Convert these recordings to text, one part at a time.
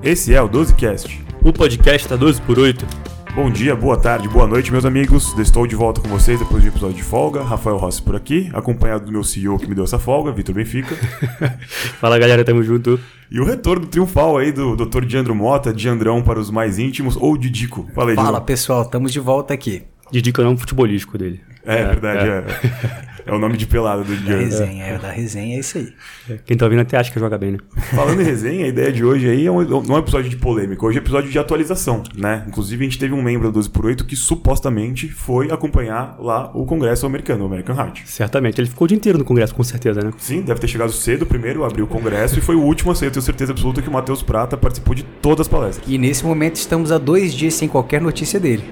Esse é o 12Cast, o podcast da 12x8. Bom dia, boa tarde, boa noite, meus amigos. Estou de volta com vocês depois de um episódio de folga. Rafael Rossi por aqui, acompanhado do meu CEO que me deu essa folga, Vitor Benfica. Fala, galera, tamo junto. E o retorno triunfal aí do Dr. Diandro Mota, Diandrão para os mais íntimos, ou Didico. Fala aí, Fala, pessoal, estamos de volta aqui. Didico é o nome futebolístico dele. É verdade. É o nome de pelada do Diandro. Da resenha é isso aí. Quem tá ouvindo até acha que joga bem, né? Falando em resenha, a ideia de hoje aí não é um episódio de polêmica, hoje é um episódio de atualização, né? Inclusive a gente teve um membro da 12x8 que supostamente foi acompanhar lá o Congresso americano, o American Heart. Certamente, ele ficou o dia inteiro no Congresso, com certeza, né? Sim, deve ter chegado cedo primeiro, abriu o Congresso e foi o último a sair. Eu tenho certeza absoluta que o Matheus Prata participou de todas as palestras. E nesse momento estamos há 2 dias sem qualquer notícia dele.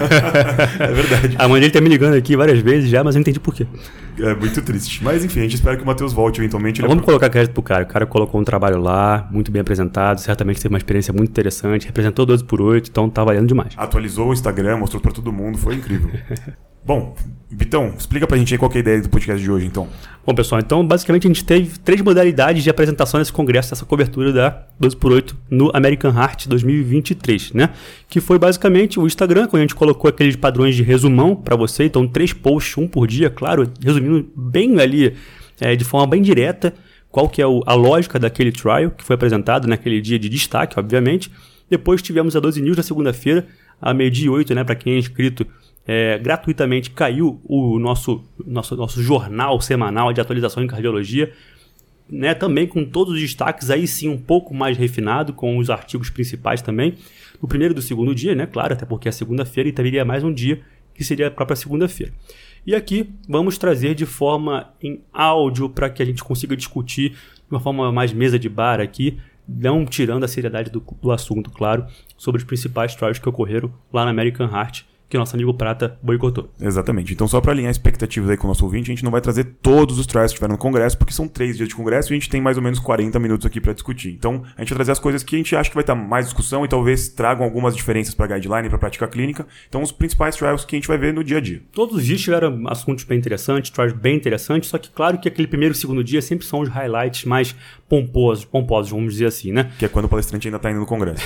É verdade. A mãe dele tá me ligando aqui várias vezes já, mas eu não entendi por quê. É muito triste. Mas enfim, a gente espera que o Matheus volte eventualmente. Vamos colocar crédito pro cara. O cara colocou um trabalho lá, muito bem apresentado, certamente teve uma experiência muito interessante, representou 12x8, então tá valendo demais. Atualizou o Instagram, mostrou pra todo mundo, foi incrível. Bom, Vitão, explica pra gente aí qual que é a ideia do podcast de hoje, então. Bom, pessoal, então basicamente a gente teve 3 modalidades de apresentação nesse congresso, essa cobertura da 12x8 no American Heart 2023, né? Que foi basicamente o Instagram, quando a gente colocou aqueles padrões de resumão pra você, então 3 posts, 1 por dia, claro, resumindo bem ali, de forma bem direta, qual que é a lógica daquele trial que foi apresentado naquele dia de destaque, obviamente. Depois tivemos a 12 News na segunda-feira, a 12h08, né, para quem é inscrito, gratuitamente caiu o nosso jornal semanal de atualização em cardiologia, né, também com todos os destaques, aí sim um pouco mais refinado, com os artigos principais também, no primeiro e do segundo dia, né, claro, até porque é segunda-feira e teria mais um dia, que seria a própria segunda-feira. E aqui vamos trazer de forma em áudio para que a gente consiga discutir de uma forma mais mesa de bar aqui, não tirando a seriedade do assunto, claro, sobre os principais trials que ocorreram lá na American Heart, que o nosso amigo Prata boicotou. Exatamente. Então, só para alinhar expectativas aí com o nosso ouvinte, a gente não vai trazer todos os trials que tiveram no Congresso, porque são 3 dias de Congresso e a gente tem mais ou menos 40 minutos aqui para discutir. Então, a gente vai trazer as coisas que a gente acha que vai estar mais discussão e talvez tragam algumas diferenças para guideline, para prática clínica. Então, os principais trials que a gente vai ver no dia a dia. Todos os dias tiveram assuntos bem interessantes, trials bem interessantes, só que claro que aquele primeiro e segundo dia sempre são os highlights mais pomposos, vamos dizer assim, né? Que é quando o palestrante ainda está indo no Congresso.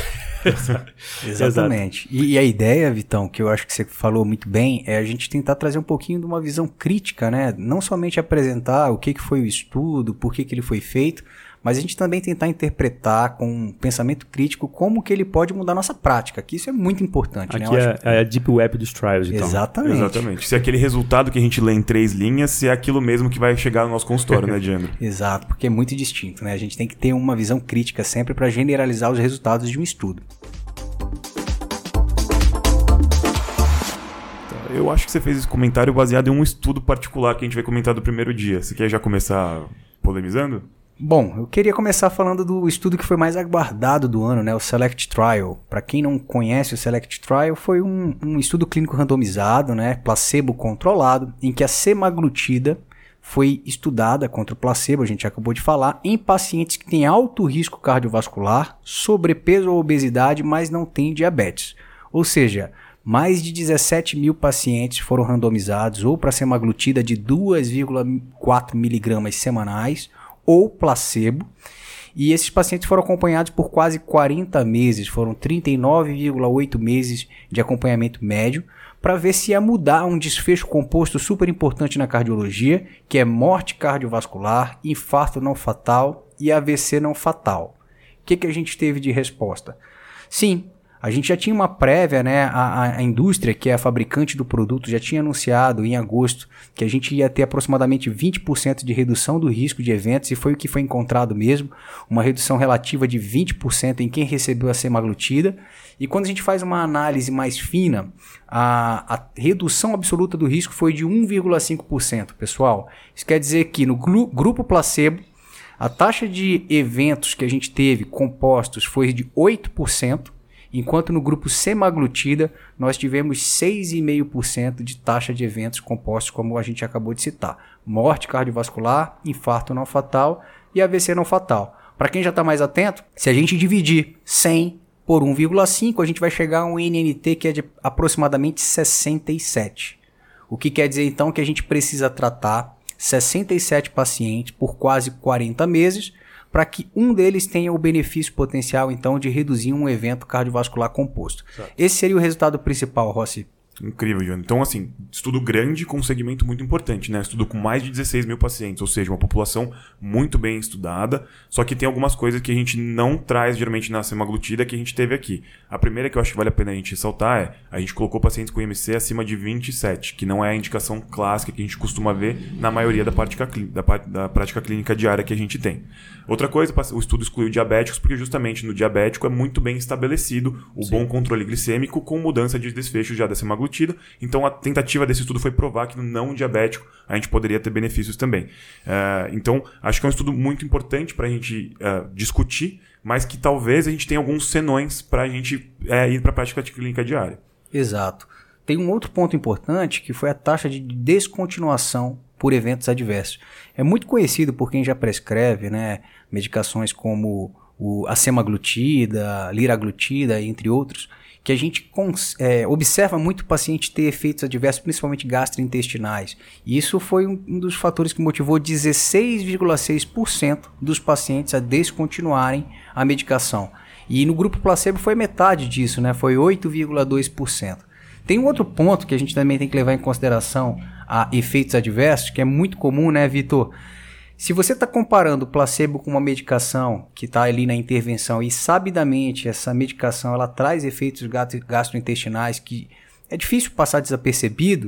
Exatamente. E a ideia, Vitão, que eu acho que você falou muito bem, é a gente tentar trazer um pouquinho de uma visão crítica, né? Não somente apresentar o que foi o estudo, por que ele foi feito, mas a gente também tentar interpretar com um pensamento crítico como que ele pode mudar a nossa prática, que isso é muito importante. Aqui né? é a deep web dos trials, então. Exatamente. Se aquele resultado que a gente lê em 3 linhas, se é aquilo mesmo que vai chegar no nosso consultório, né, Diandro? Exato, porque é muito distinto, né? A gente tem que ter uma visão crítica sempre para generalizar os resultados de um estudo. Eu acho que você fez esse comentário baseado em um estudo particular que a gente vai comentar do primeiro dia. Você quer já começar polemizando? Bom, eu queria começar falando do estudo que foi mais aguardado do ano, né? O SELECT Trial. Para quem não conhece, o SELECT Trial foi um estudo clínico randomizado, né? Placebo controlado, em que a semaglutida foi estudada contra o placebo, a gente acabou de falar, em pacientes que têm alto risco cardiovascular, sobrepeso ou obesidade, mas não têm diabetes. Ou seja, mais de 17 mil pacientes foram randomizados ou para semaglutida de 2,4 miligramas semanais ou placebo. E esses pacientes foram acompanhados por quase 40 meses, foram 39,8 meses de acompanhamento médio, para ver se ia mudar um desfecho composto super importante na cardiologia, que é morte cardiovascular, infarto não fatal e AVC não fatal. O que a gente teve de resposta? Sim, a gente já tinha uma prévia, né? A indústria, que é a fabricante do produto, já tinha anunciado em agosto que a gente ia ter aproximadamente 20% de redução do risco de eventos, e foi o que foi encontrado mesmo, uma redução relativa de 20% em quem recebeu a semaglutida. E quando a gente faz uma análise mais fina, a redução absoluta do risco foi de 1,5%, pessoal. Isso quer dizer que no grupo placebo, a taxa de eventos que a gente teve compostos foi de 8%, enquanto no grupo semaglutida nós tivemos 6,5% de taxa de eventos compostos, como a gente acabou de citar. Morte cardiovascular, infarto não fatal e AVC não fatal. Para quem já está mais atento, se a gente dividir 100 por 1,5, a gente vai chegar a um NNT que é de aproximadamente 67. O que quer dizer então que a gente precisa tratar 67 pacientes por quase 40 meses para que um deles tenha o benefício potencial, então, de reduzir um evento cardiovascular composto. Certo. Esse seria o resultado principal, Rossi. Incrível, João. Então, assim, estudo grande com um segmento muito importante, né? Estudo com mais de 16 mil pacientes, ou seja, uma população muito bem estudada, só que tem algumas coisas que a gente não traz geralmente na semaglutida que a gente teve aqui. A primeira que eu acho que vale a pena a gente ressaltar é, a gente colocou pacientes com IMC acima de 27, que não é a indicação clássica que a gente costuma ver na maioria da prática clínica diária que a gente tem. Outra coisa, o estudo excluiu diabéticos, porque justamente no diabético é muito bem estabelecido o bom controle glicêmico com mudança de desfecho já da semaglutida. Então a tentativa desse estudo foi provar que no não diabético a gente poderia ter benefícios também. Então acho que é um estudo muito importante para a gente discutir, mas que talvez a gente tenha alguns senões para a gente ir para a prática clínica diária. Exato. Tem um outro ponto importante que foi a taxa de descontinuação por eventos adversos. É muito conhecido por quem já prescreve, né, medicações como a semaglutida, liraglutida, entre outros, que a gente observa muito o paciente ter efeitos adversos, principalmente gastrointestinais. E isso foi um dos fatores que motivou 16,6% dos pacientes a descontinuarem a medicação. E no grupo placebo foi metade disso, né? Foi 8,2%. Tem um outro ponto que a gente também tem que levar em consideração a efeitos adversos, que é muito comum, né, Vitor? Se você está comparando o placebo com uma medicação que está ali na intervenção e sabidamente essa medicação ela traz efeitos gastrointestinais que é difícil passar desapercebido,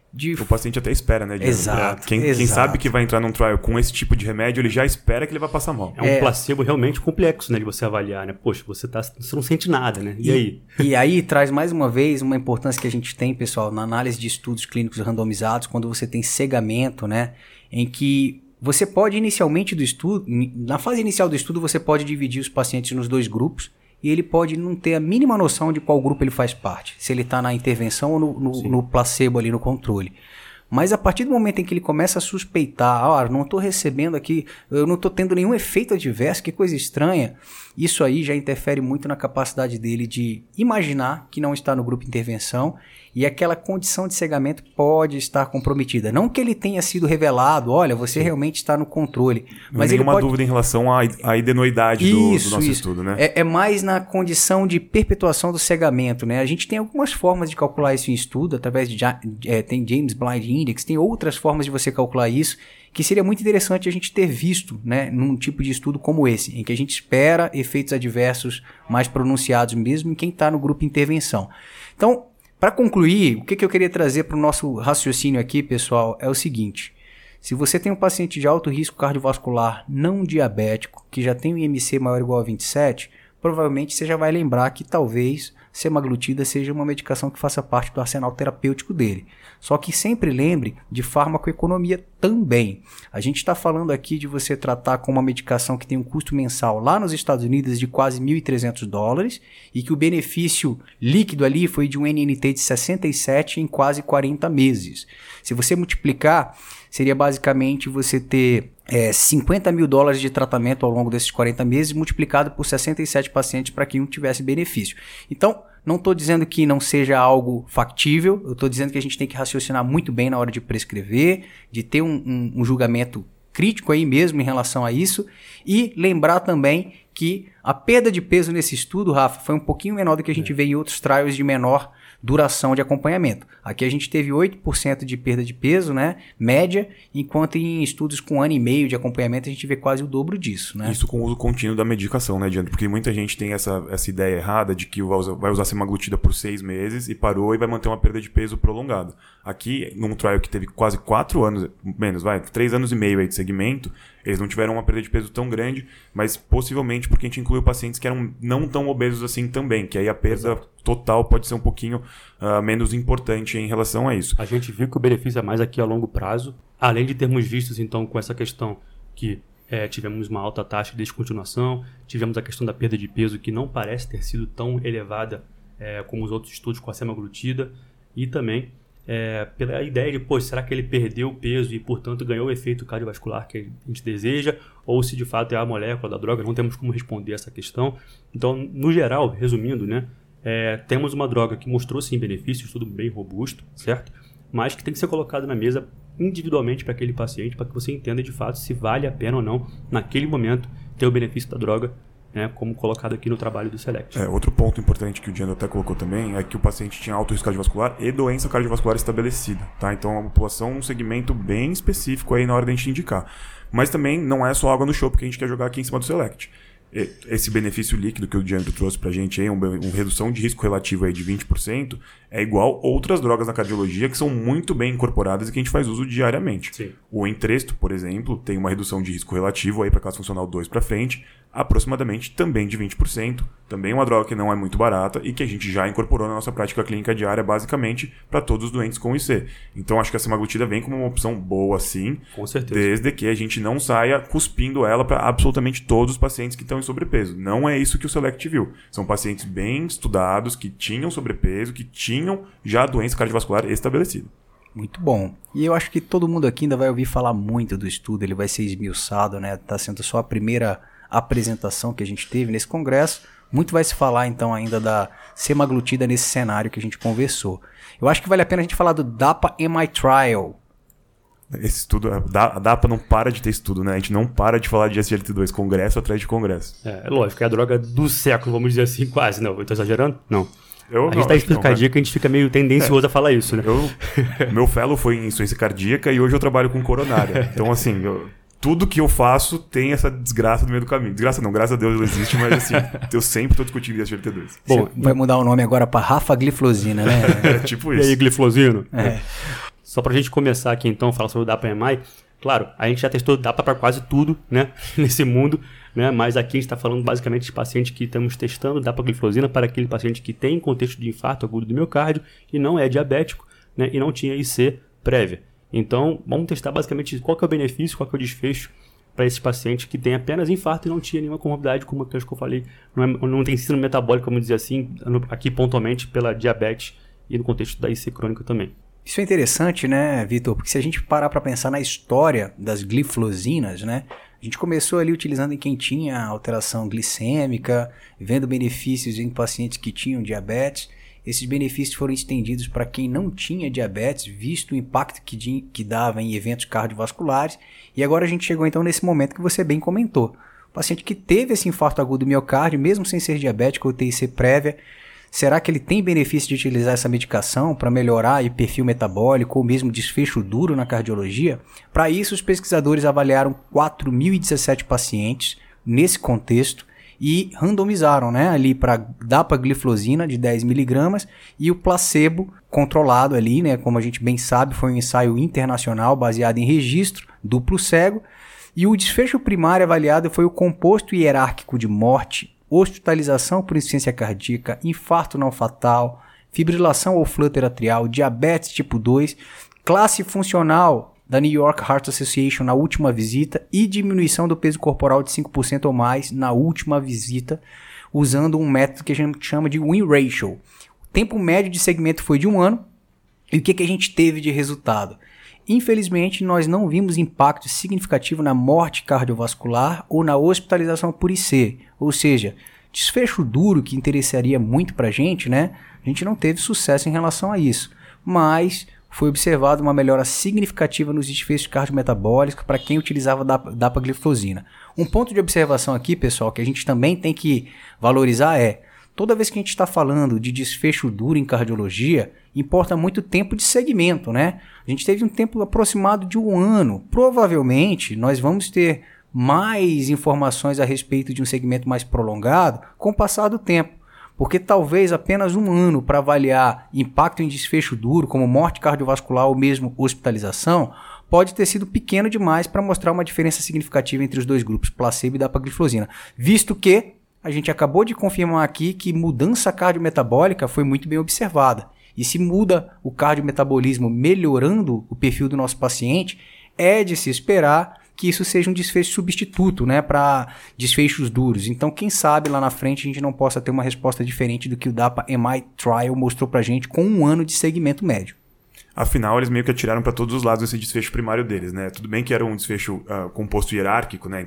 o paciente até espera, né? Exato. Quem sabe que vai entrar num trial com esse tipo de remédio, ele já espera que ele vai passar mal. É um placebo realmente complexo, né, de você avaliar, né? Poxa, você não sente nada, né? E aí? E aí traz mais uma vez uma importância que a gente tem, pessoal, na análise de estudos clínicos randomizados, quando você tem cegamento, né? Em que você pode inicialmente do estudo, na fase inicial do estudo, você pode dividir os pacientes nos dois grupos e ele pode não ter a mínima noção de qual grupo ele faz parte, se ele está na intervenção ou no placebo ali, no controle. Mas a partir do momento em que ele começa a suspeitar, não estou recebendo aqui, eu não estou tendo nenhum efeito adverso, que coisa estranha, isso aí já interfere muito na capacidade dele de imaginar que não está no grupo de intervenção e aquela condição de cegamento pode estar comprometida. Não que ele tenha sido revelado, olha, você realmente está no controle. Mas nenhuma dúvida em relação à idenoidade do nosso estudo, né? É mais na condição de perpetuação do cegamento, né? A gente tem algumas formas de calcular isso em estudo, através de tem James Blind Index, tem outras formas de você calcular isso, que seria muito interessante a gente ter visto, né, num tipo de estudo como esse, em que a gente espera efeitos adversos mais pronunciados mesmo em quem está no grupo de intervenção. Então, para concluir, o que eu queria trazer para o nosso raciocínio aqui, pessoal, é o seguinte. Se você tem um paciente de alto risco cardiovascular não diabético, que já tem um IMC maior ou igual a 27, provavelmente você já vai lembrar que talvez semaglutida seja uma medicação que faça parte do arsenal terapêutico dele. Só que sempre lembre de farmacoeconomia também. A gente está falando aqui de você tratar com uma medicação que tem um custo mensal lá nos Estados Unidos de quase $1.300 e que o benefício líquido ali foi de um NNT de 67 em quase 40 meses. Se você multiplicar, seria basicamente você ter $50 mil de tratamento ao longo desses 40 meses, multiplicado por 67 pacientes para que um tivesse benefício. Então, não estou dizendo que não seja algo factível, eu estou dizendo que a gente tem que raciocinar muito bem na hora de prescrever, de ter um julgamento crítico aí mesmo em relação a isso, e lembrar também que a perda de peso nesse estudo, Rafa, foi um pouquinho menor do que a gente vê em outros trials de menor duração de acompanhamento. Aqui a gente teve 8% de perda de peso, né, média, enquanto em estudos com 1 ano e meio de acompanhamento a gente vê quase o dobro disso, né? Isso com o uso contínuo da medicação, né, Diante? Porque muita gente tem essa ideia errada de que vai usar semaglutida por 6 meses e parou e vai manter uma perda de peso prolongada. Aqui, num trial que teve quase 4 anos, menos, 3 anos e meio aí de segmento, eles não tiveram uma perda de peso tão grande, mas possivelmente porque a gente incluiu pacientes que eram não tão obesos assim também, que aí a perda total pode ser um pouquinho menos importante em relação a isso. A gente viu que o benefício é mais aqui a longo prazo, além de termos vistos então com essa questão que tivemos uma alta taxa de descontinuação, tivemos a questão da perda de peso que não parece ter sido tão elevada como os outros estudos com a semaglutida, e também pela ideia de, será que ele perdeu o peso e, portanto, ganhou o efeito cardiovascular que a gente deseja, ou se de fato é a molécula da droga, não temos como responder essa questão. Então, no geral, resumindo, né, temos uma droga que mostrou sim benefícios, tudo bem robusto, certo? Mas que tem que ser colocado na mesa individualmente para aquele paciente, para que você entenda de fato se vale a pena ou não, naquele momento, ter o benefício da droga, né, como colocado aqui no trabalho do Select. Outro ponto importante que o Diano até colocou também é que o paciente tinha alto risco cardiovascular e doença cardiovascular estabelecida, tá? Então a população é um segmento bem específico aí na hora da gente indicar. Mas também não é só água no chope que a gente quer jogar aqui em cima do Select. Esse benefício líquido que o Diano trouxe pra gente aí, uma redução de risco relativo aí de 20%, é igual outras drogas na cardiologia que são muito bem incorporadas e que a gente faz uso diariamente. Sim. O Entresto, por exemplo, tem uma redução de risco relativo aí para classe funcional 2 para frente, aproximadamente também de 20%. Também uma droga que não é muito barata e que a gente já incorporou na nossa prática clínica diária, basicamente, para todos os doentes com IC. Então, acho que a semaglutida vem como uma opção boa, sim. Com certeza. Desde que a gente não saia cuspindo ela para absolutamente todos os pacientes que estão em sobrepeso. Não é isso que o Select viu. São pacientes bem estudados, que tinham sobrepeso, que tinham já doença cardiovascular estabelecida. Muito bom. E eu acho que todo mundo aqui ainda vai ouvir falar muito do estudo, ele vai ser esmiuçado, né? Está sendo só a primeira apresentação que a gente teve nesse congresso. Muito vai se falar então ainda da semaglutida nesse cenário que a gente conversou. Eu acho que vale a pena a gente falar do DAPA-MI Trial. Esse estudo, a DAPA não para de ter estudo, né? A gente não para de falar de SGLT2, congresso atrás de congresso. É lógico, é a droga do século, vamos dizer assim, quase. Não, eu tô exagerando? Não. A gente tá em insuficiência cardíaca, a gente fica meio tendencioso a falar isso, né? Meu fellow foi em insuficiência cardíaca e hoje eu trabalho com coronária. Então, assim, tudo que eu faço tem essa desgraça no meio do caminho. Desgraça não, graças a Deus ela existe, mas assim, eu sempre tô discutindo SGLT2. Bom, vai mudar o nome agora para Rafagliflozina, né? É tipo isso. E aí, gliflozino? É. Só pra gente começar aqui então, falar sobre o DAPA-MI. Claro, a gente já testou DAPA para quase tudo, né, nesse mundo, né, mas aqui a gente está falando basicamente de paciente que estamos testando dapagliflozina para aquele paciente que tem contexto de infarto agudo do miocárdio e não é diabético, né, e não tinha IC prévia. Então, vamos testar basicamente qual que é o benefício, qual que é o desfecho para esse paciente que tem apenas infarto e não tinha nenhuma comorbidade, como que eu falei, não tem síndrome metabólica, vamos dizer assim, aqui pontualmente pela diabetes e no contexto da IC crônica também. Isso é interessante, né, Vitor? Porque se a gente parar para pensar na história das gliflozinas, né, a gente começou ali utilizando em quem tinha alteração glicêmica, vendo benefícios em pacientes que tinham diabetes. Esses benefícios foram estendidos para quem não tinha diabetes, visto o impacto que dava em eventos cardiovasculares. E agora a gente chegou então nesse momento que você bem comentou. O paciente que teve esse infarto agudo do miocárdio, mesmo sem ser diabético ou TIC prévia, será que ele tem benefício de utilizar essa medicação para melhorar o perfil metabólico ou mesmo desfecho duro na cardiologia? Para isso, os pesquisadores avaliaram 4.017 pacientes nesse contexto e randomizaram, né, ali para dapagliflozina de 10 mg e o placebo controlado ali, né, como a gente bem sabe, foi um ensaio internacional baseado em registro, duplo cego, e o desfecho primário avaliado foi o composto hierárquico de morte, hospitalização por insuficiência cardíaca, infarto não fatal, fibrilação ou flutter atrial, diabetes tipo 2, classe funcional da New York Heart Association na última visita e diminuição do peso corporal de 5% ou mais na última visita, usando um método que a gente chama de win ratio. O tempo médio de segmento foi de 1 ano. E o que a gente teve de resultado? Infelizmente, nós não vimos impacto significativo na morte cardiovascular ou na hospitalização por IC. Ou seja, desfecho duro que interessaria muito para a gente, né? A gente não teve sucesso em relação a isso. Mas foi observada uma melhora significativa nos desfechos cardiometabólicos para quem utilizava dapagliflozina. Um ponto de observação aqui, pessoal, que a gente também tem que valorizar é: toda vez que a gente está falando de desfecho duro em cardiologia, importa muito tempo de segmento, né? A gente teve um tempo aproximado de 1 ano. Provavelmente, nós vamos ter mais informações a respeito de um segmento mais prolongado com o passar do tempo. Porque talvez apenas 1 ano para avaliar impacto em desfecho duro, como morte cardiovascular ou mesmo hospitalização, pode ter sido pequeno demais para mostrar uma diferença significativa entre os dois grupos, placebo e dapagliflozina. Visto que a gente acabou de confirmar aqui que mudança cardiometabólica foi muito bem observada. E se muda o cardiometabolismo melhorando o perfil do nosso paciente, é de se esperar que isso seja um desfecho substituto, né, para desfechos duros. Então, quem sabe lá na frente a gente não possa ter uma resposta diferente do que o DAPA-MI Trial mostrou para a gente com 1 ano de segmento médio. Afinal, eles meio que atiraram para todos os lados esse desfecho primário deles, né? Tudo bem que era um desfecho composto hierárquico, né? Então,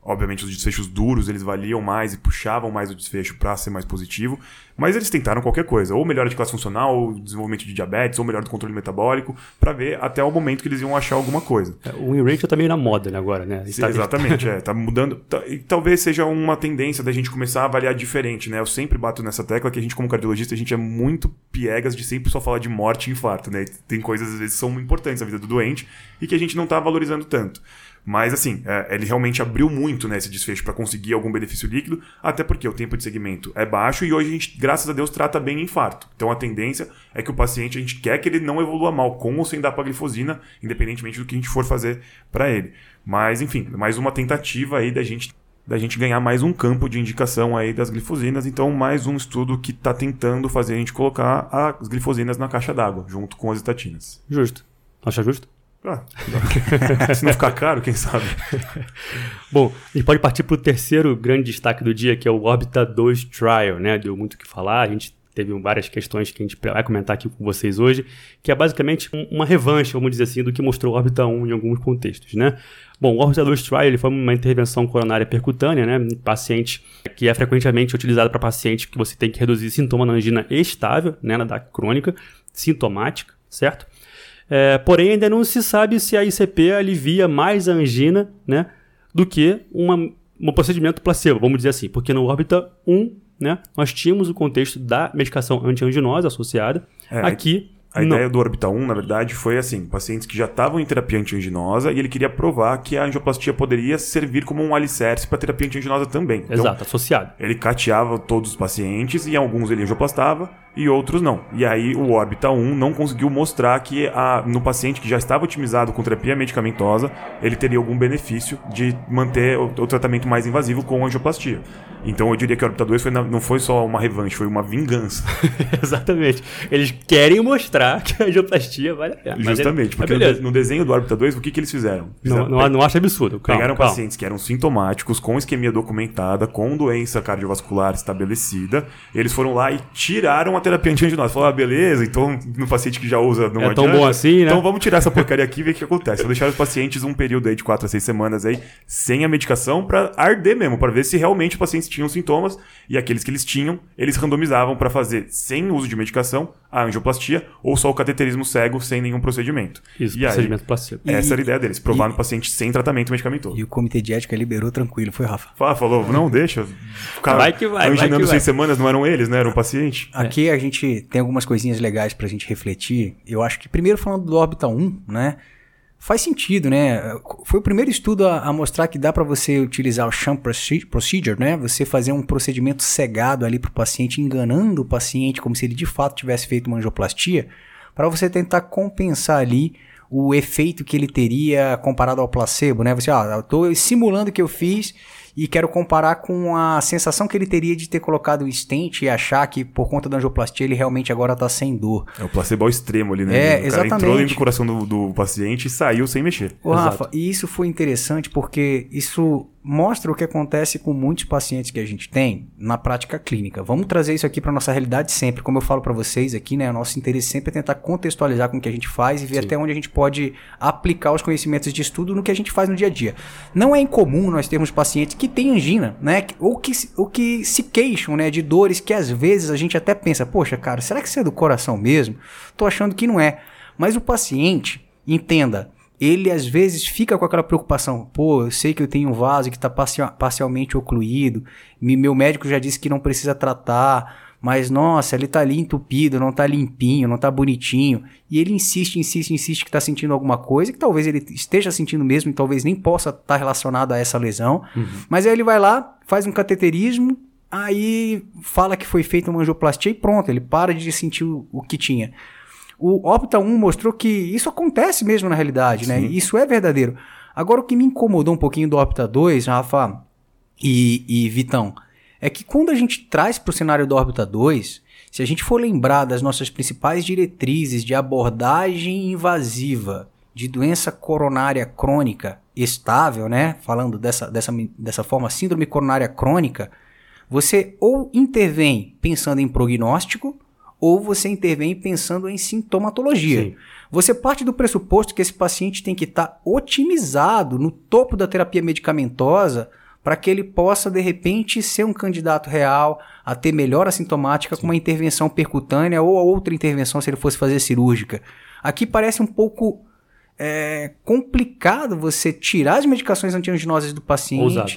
Obviamente, os desfechos duros, eles valiam mais e puxavam mais o desfecho para ser mais positivo. Mas eles tentaram qualquer coisa. Ou melhora de classe funcional, ou desenvolvimento de diabetes, ou melhora do controle metabólico, para ver até o momento que eles iam achar alguma coisa. O win rate tá meio na moda, né, agora, né? Exatamente, tá mudando. E talvez seja uma tendência da gente começar a avaliar diferente, né? Eu sempre bato nessa tecla que a gente, como cardiologista, a gente é muito piegas de sempre só falar de morte e infarto, né? Tem coisas, às vezes, que são importantes na vida do doente e que a gente não tá valorizando tanto. Mas, assim, ele realmente abriu muito, né, esse desfecho para conseguir algum benefício líquido, até porque o tempo de segmento é baixo e hoje a gente, graças a Deus, trata bem infarto. Então, a tendência é que o paciente, a gente quer que ele não evolua mal, com ou sem dapaglifosina, independentemente do que a gente for fazer para ele. Mas, enfim, mais uma tentativa aí da gente ganhar mais um campo de indicação aí das glifosinas. Então, mais um estudo que está tentando fazer a gente colocar as glifosinas na caixa d'água, junto com as estatinas. Justo. Acha justo? Se não ficar caro, quem sabe? Bom, a gente pode partir para o terceiro grande destaque do dia, que é o Orbita 2 Trial, né? Deu muito o que falar, a gente teve várias questões que a gente vai comentar aqui com vocês hoje, que é basicamente uma revanche, vamos dizer assim, do que mostrou o Orbita 1 em alguns contextos, né? Bom, o Orbita 2 Trial ele foi uma intervenção coronária percutânea, né? Paciente que é frequentemente utilizado para paciente que você tem que reduzir sintoma na angina estável, né? Na DAC crônica, sintomática, certo? Porém, ainda não se sabe se a ICP alivia mais a angina, né, do que um procedimento placebo, vamos dizer assim. Porque no Orbita 1, né, nós tínhamos o contexto da medicação antianginosa associada. Aqui, a ideia do Orbita 1, na verdade, foi assim, pacientes que já estavam em terapia antianginosa e ele queria provar que a angioplastia poderia servir como um alicerce para a terapia antianginosa também. Exato, então, associado. Ele cateava todos os pacientes e alguns ele angioplastava e outros não. E aí o Orbita 1 não conseguiu mostrar que no paciente que já estava otimizado com terapia medicamentosa, ele teria algum benefício de manter o tratamento mais invasivo com angioplastia. Então eu diria que o Orbita 2 não foi só uma revanche, foi uma vingança. Exatamente. Eles querem mostrar que a angioplastia vale a pena. Justamente, porque no desenho do Orbita 2, o que eles fizeram? Não acho absurdo. Pegaram pacientes que eram sintomáticos, com isquemia documentada, com doença cardiovascular estabelecida, eles foram lá e tiraram a terapia antianginosa. Falaram, beleza, então no paciente que já usa não adianta. É tão bom assim, né? Então vamos tirar essa porcaria aqui e ver o que acontece. Vou deixar os pacientes um período aí de 4 a 6 semanas aí, sem a medicação, para arder mesmo, para ver se realmente os pacientes tinham sintomas, e aqueles que eles tinham, eles randomizavam para fazer sem uso de medicação a angioplastia ou só o cateterismo cego sem nenhum procedimento. Isso, e procedimento placebo. Essa era a ideia deles, provar no paciente sem tratamento medicamentoso. E o comitê de ética liberou tranquilo, foi, Rafa? Falou, não, deixa. Vai que vai, anginando 6 semanas, não eram eles, né? Era um paciente. Aqui a gente tem algumas coisinhas legais pra gente refletir. Eu acho que primeiro falando do Orbita 1, né? Faz sentido, né? Foi o primeiro estudo a mostrar que dá para você utilizar o sham procedure, né? Você fazer um procedimento cegado ali para o paciente, enganando o paciente como se ele de fato tivesse feito uma angioplastia, para você tentar compensar ali o efeito que ele teria comparado ao placebo, né? Você, eu estou simulando que eu fiz e quero comparar com a sensação que ele teria de ter colocado o stent e achar que por conta da angioplastia ele realmente agora está sem dor. É o placebo ao extremo ali, né? O exatamente. cara entrou dentro do coração do paciente e saiu sem mexer. Rafa, e isso foi interessante porque isso mostra o que acontece com muitos pacientes que a gente tem na prática clínica. Vamos trazer isso aqui para nossa realidade sempre. Como eu falo para vocês aqui, né? O nosso interesse sempre é tentar contextualizar com o que a gente faz e ver até onde a gente pode aplicar os conhecimentos de estudo no que a gente faz no dia a dia. Não é incomum nós termos pacientes que têm angina, né? Ou que se queixam, né? De dores que às vezes a gente até pensa, poxa, cara, será que isso é do coração mesmo? Tô achando que não é. Mas o paciente, entenda, ele às vezes fica com aquela preocupação, eu sei que eu tenho um vaso que está parcialmente ocluído, meu médico já disse que não precisa tratar, mas nossa, ele está ali entupido, não está limpinho, não está bonitinho, e ele insiste que está sentindo alguma coisa, que talvez ele esteja sentindo mesmo e talvez nem possa estar relacionado a essa lesão, mas aí ele vai lá, faz um cateterismo, aí fala que foi feita uma angioplastia e pronto, ele para de sentir o que tinha. O Orbita 1 mostrou que isso acontece mesmo na realidade, né? Isso é verdadeiro. Agora, o que me incomodou um pouquinho do Orbita 2, Rafa e Vitão, é que quando a gente traz para o cenário do Orbita 2, se a gente for lembrar das nossas principais diretrizes de abordagem invasiva de doença coronária crônica estável, né? Falando dessa forma, síndrome coronária crônica, você ou intervém pensando em prognóstico, ou você intervém pensando em sintomatologia. Sim. Você parte do pressuposto que esse paciente tem que estar otimizado no topo da terapia medicamentosa para que ele possa, de repente, ser um candidato real a ter melhora sintomática com uma intervenção percutânea ou outra intervenção se ele fosse fazer cirúrgica. Aqui parece um pouco complicado você tirar as medicações antianginosas do paciente. Ousado.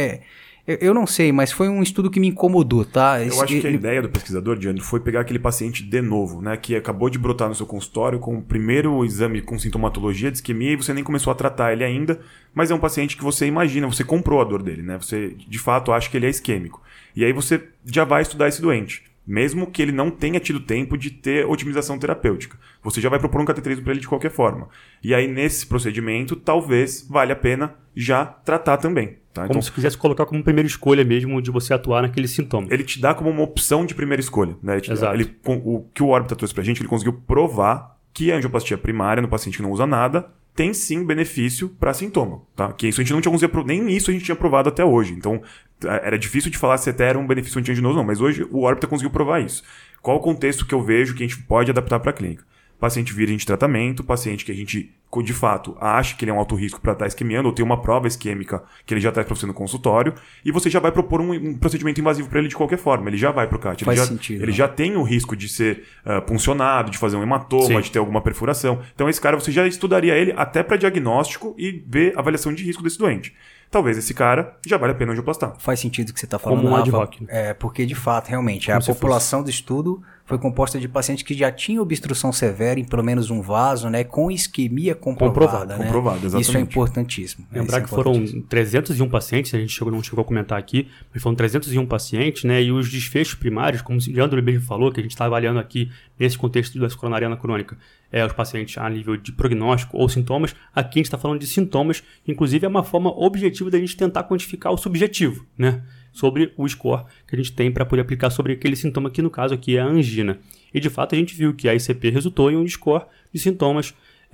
Eu não sei, mas foi um estudo que me incomodou, tá? Eu acho que a ideia do pesquisador, Diandro, foi pegar aquele paciente de novo, né? Que acabou de brotar no seu consultório com o primeiro exame com sintomatologia de isquemia e você nem começou a tratar ele ainda, mas é um paciente que você imagina, você comprou a dor dele, né? Você, de fato, acha que ele é isquêmico. E aí você já vai estudar esse doente, mesmo que ele não tenha tido tempo de ter otimização terapêutica. Você já vai propor um cateterismo para ele de qualquer forma. E aí, nesse procedimento, talvez valha a pena já tratar também. Tá? Como se quisesse colocar como primeira escolha mesmo de você atuar naquele sintoma. Ele te dá como uma opção de primeira escolha. Né? Exato. O que o Orbita trouxe pra gente, ele conseguiu provar que a angioplastia primária no paciente que não usa nada tem sim benefício para sintoma. Tá? Que isso a gente não tinha conseguido, nem isso a gente tinha provado até hoje. Então, era difícil de falar se até era um benefício antianginoso, não. Mas hoje o Orbita conseguiu provar isso. Qual o contexto que eu vejo que a gente pode adaptar para a clínica? Paciente virgem de tratamento, paciente que a gente, de fato, acha que ele é um alto risco para estar isquemiando, ou tem uma prova isquêmica que ele já está para você no consultório, e você já vai propor um procedimento invasivo para ele de qualquer forma. Ele já vai para o CAT. Ele já tem o risco de ser puncionado, de fazer um hematoma, Sim. de ter alguma perfuração. Então, esse cara, você já estudaria ele até para diagnóstico e ver avaliação de risco desse doente. Talvez esse cara já vale a pena angioplastar. Faz sentido o que você está falando, Como um ad Rafa. hoc. Porque, de fato, realmente, Como a se população do estudo foi composta de pacientes que já tinham obstrução severa em pelo menos um vaso, né, com isquemia comprovada. Né? Comprovado, exatamente. Isso é importantíssimo. Lembrar que foram 301 pacientes, a gente não chegou a comentar aqui, mas foram 301 pacientes, né? E os desfechos primários, como o Leandro mesmo falou, que a gente está avaliando aqui nesse contexto de doença coronariana crônica, os pacientes a nível de prognóstico ou sintomas. Aqui a gente está falando de sintomas, inclusive é uma forma objetiva da gente tentar quantificar o subjetivo, né? Sobre o score que a gente tem para poder aplicar sobre aquele sintoma que no caso aqui é a angina. E de fato a gente viu que a ICP resultou em um score de sintomas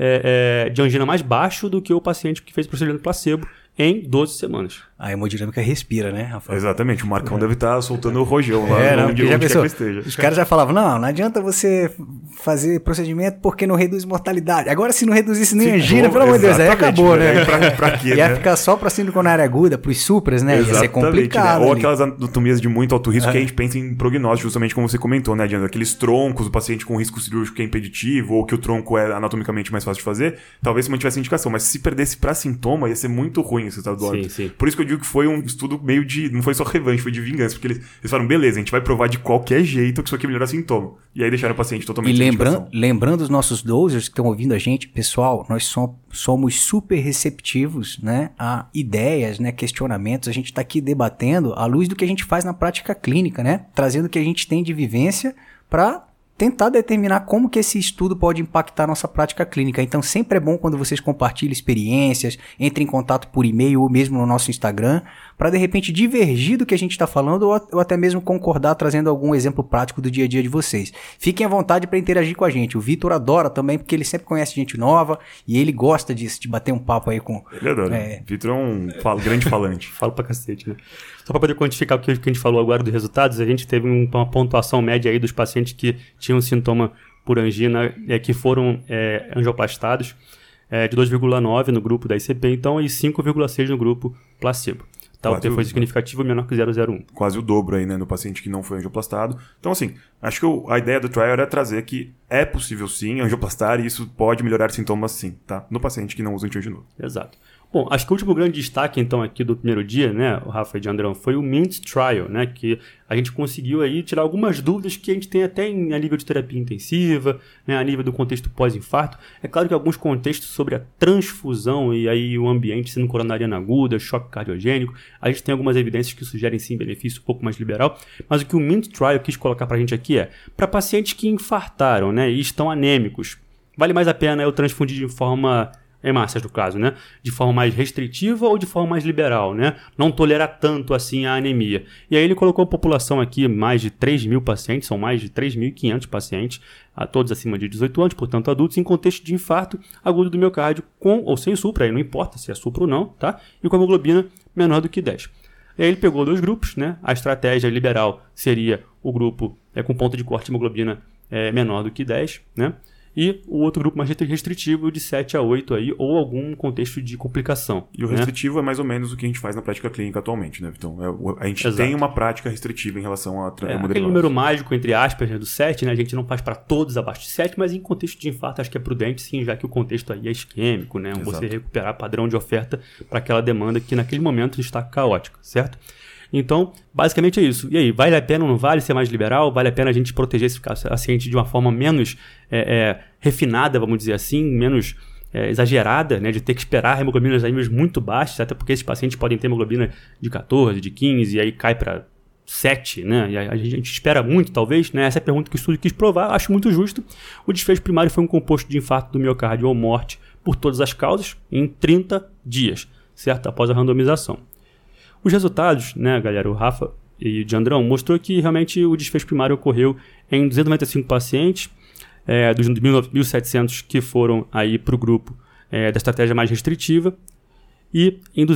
de angina mais baixo do que o paciente que fez o procedimento placebo em 12 semanas. A hemodinâmica respira, né, Rafael? Exatamente, o Marcão deve estar soltando o rojão lá onde já quer pensou, que esteja. os caras já falavam, não adianta você fazer procedimento porque não reduz mortalidade. Agora, se não reduzisse nem angina, pelo amor de Deus, aí acabou, né? Pra quê, Ia né? ficar só pra síndrome coronária aguda, pros supras, né? Ia ser complicado. Né? Ou ali. aquelas anatomias de muito alto risco que a gente pensa em prognóstico, justamente como você comentou, né, Diana? Aqueles troncos, o paciente com risco cirúrgico que é impeditivo, ou que o tronco é anatomicamente mais fácil de fazer, talvez se mantivesse indicação. Mas se perdesse pra sintoma, ia ser muito ruim esse estado do óbito. Sim. Sim. Por isso que eu digo que foi um estudo meio de... Não foi só revanche, foi de vingança. Porque eles falaram, beleza, a gente vai provar de qualquer jeito que isso aqui melhora sintoma. E aí deixaram o paciente totalmente sem indicação. Lembrando os nossos dosers que estão ouvindo a gente, pessoal, nós somos super receptivos, né, a ideias, né, questionamentos. A gente está aqui debatendo à luz do que a gente faz na prática clínica, né? Trazendo o que a gente tem de vivência para tentar determinar como que esse estudo pode impactar a nossa prática clínica. Então, sempre é bom quando vocês compartilham experiências, entrem em contato por e-mail ou mesmo no nosso Instagram, para de repente divergir do que a gente está falando ou até mesmo concordar, trazendo algum exemplo prático do dia a dia de vocês. Fiquem à vontade para interagir com a gente. O Vitor adora também, porque ele sempre conhece gente nova e ele gosta disso, de bater um papo aí com... Ele adora. Vitor é um grande falante. Falo pra cacete, né? Só para poder quantificar o que a gente falou agora dos resultados, a gente teve uma pontuação média aí dos pacientes que tinham sintoma por angina, que foram angioplastados, de 2,9 no grupo da ICP, então, e 5,6 no grupo placebo. Tá, o T foi significativo, menor que 0,01. Quase o dobro aí, né, no paciente que não foi angioplastado. Então, assim, acho que a ideia do trial era trazer que é possível sim angioplastar e isso pode melhorar sintomas sim, tá? No paciente que não usa antianginoso. Exato. Bom, acho que o último grande destaque, então, aqui do primeiro dia, né, o Rafa e de Andrão, foi o MINT Trial, né, que a gente conseguiu aí tirar algumas dúvidas que a gente tem até a nível de terapia intensiva, né, a nível do contexto pós-infarto. É claro que alguns contextos sobre a transfusão e aí o ambiente sendo coronariana aguda, choque cardiogênico, a gente tem algumas evidências que sugerem sim benefício um pouco mais liberal, mas o que o MINT Trial quis colocar pra gente aqui é, para pacientes que infartaram, né, e estão anêmicos, vale mais a pena eu transfundir de forma... hemácias no caso, né? De forma mais restritiva ou de forma mais liberal, né? Não tolerar tanto assim a anemia. E aí ele colocou a população aqui, mais de 3.000 pacientes, são mais de 3.500 pacientes, todos acima de 18 anos, portanto adultos, em contexto de infarto agudo do miocárdio, com ou sem supra, aí não importa se é supra ou não, tá? E com hemoglobina menor do que 10. E aí ele pegou dois grupos, né? A estratégia liberal seria o grupo com ponto de corte de hemoglobina menor do que 10, né? e o outro grupo mais restritivo de 7 a 8 aí, ou algum contexto de complicação. E o restritivo é mais ou menos o que a gente faz na prática clínica atualmente, né? Então, a gente Exato. tem uma prática restritiva em relação a aquele número mágico, entre aspas, né, do 7, né? A gente não faz para todos abaixo de 7, mas em contexto de infarto acho que é prudente sim, já que o contexto aí é isquêmico, né? Exato. Você recuperar padrão de oferta para aquela demanda que naquele momento está caótica, certo? Então, basicamente é isso. E aí, vale a pena ou não vale ser mais liberal? Vale a pena a gente proteger esse paciente de uma forma menos refinada, vamos dizer assim, menos exagerada, né, de ter que esperar hemoglobinas a níveis muito baixos, até porque esses pacientes podem ter hemoglobina de 14, de 15, e aí cai para 7, né? E a gente espera muito, talvez, né? Essa é a pergunta que o estudo quis provar, acho muito justo. O desfecho primário foi um composto de infarto do miocárdio ou morte por todas as causas em 30 dias, certo? Após a randomização. Os resultados, né, galera, o Rafa e o Diandrão, mostrou que realmente o desfecho primário ocorreu em 295 pacientes, dos 1.700 que foram aí para o grupo da estratégia mais restritiva, e em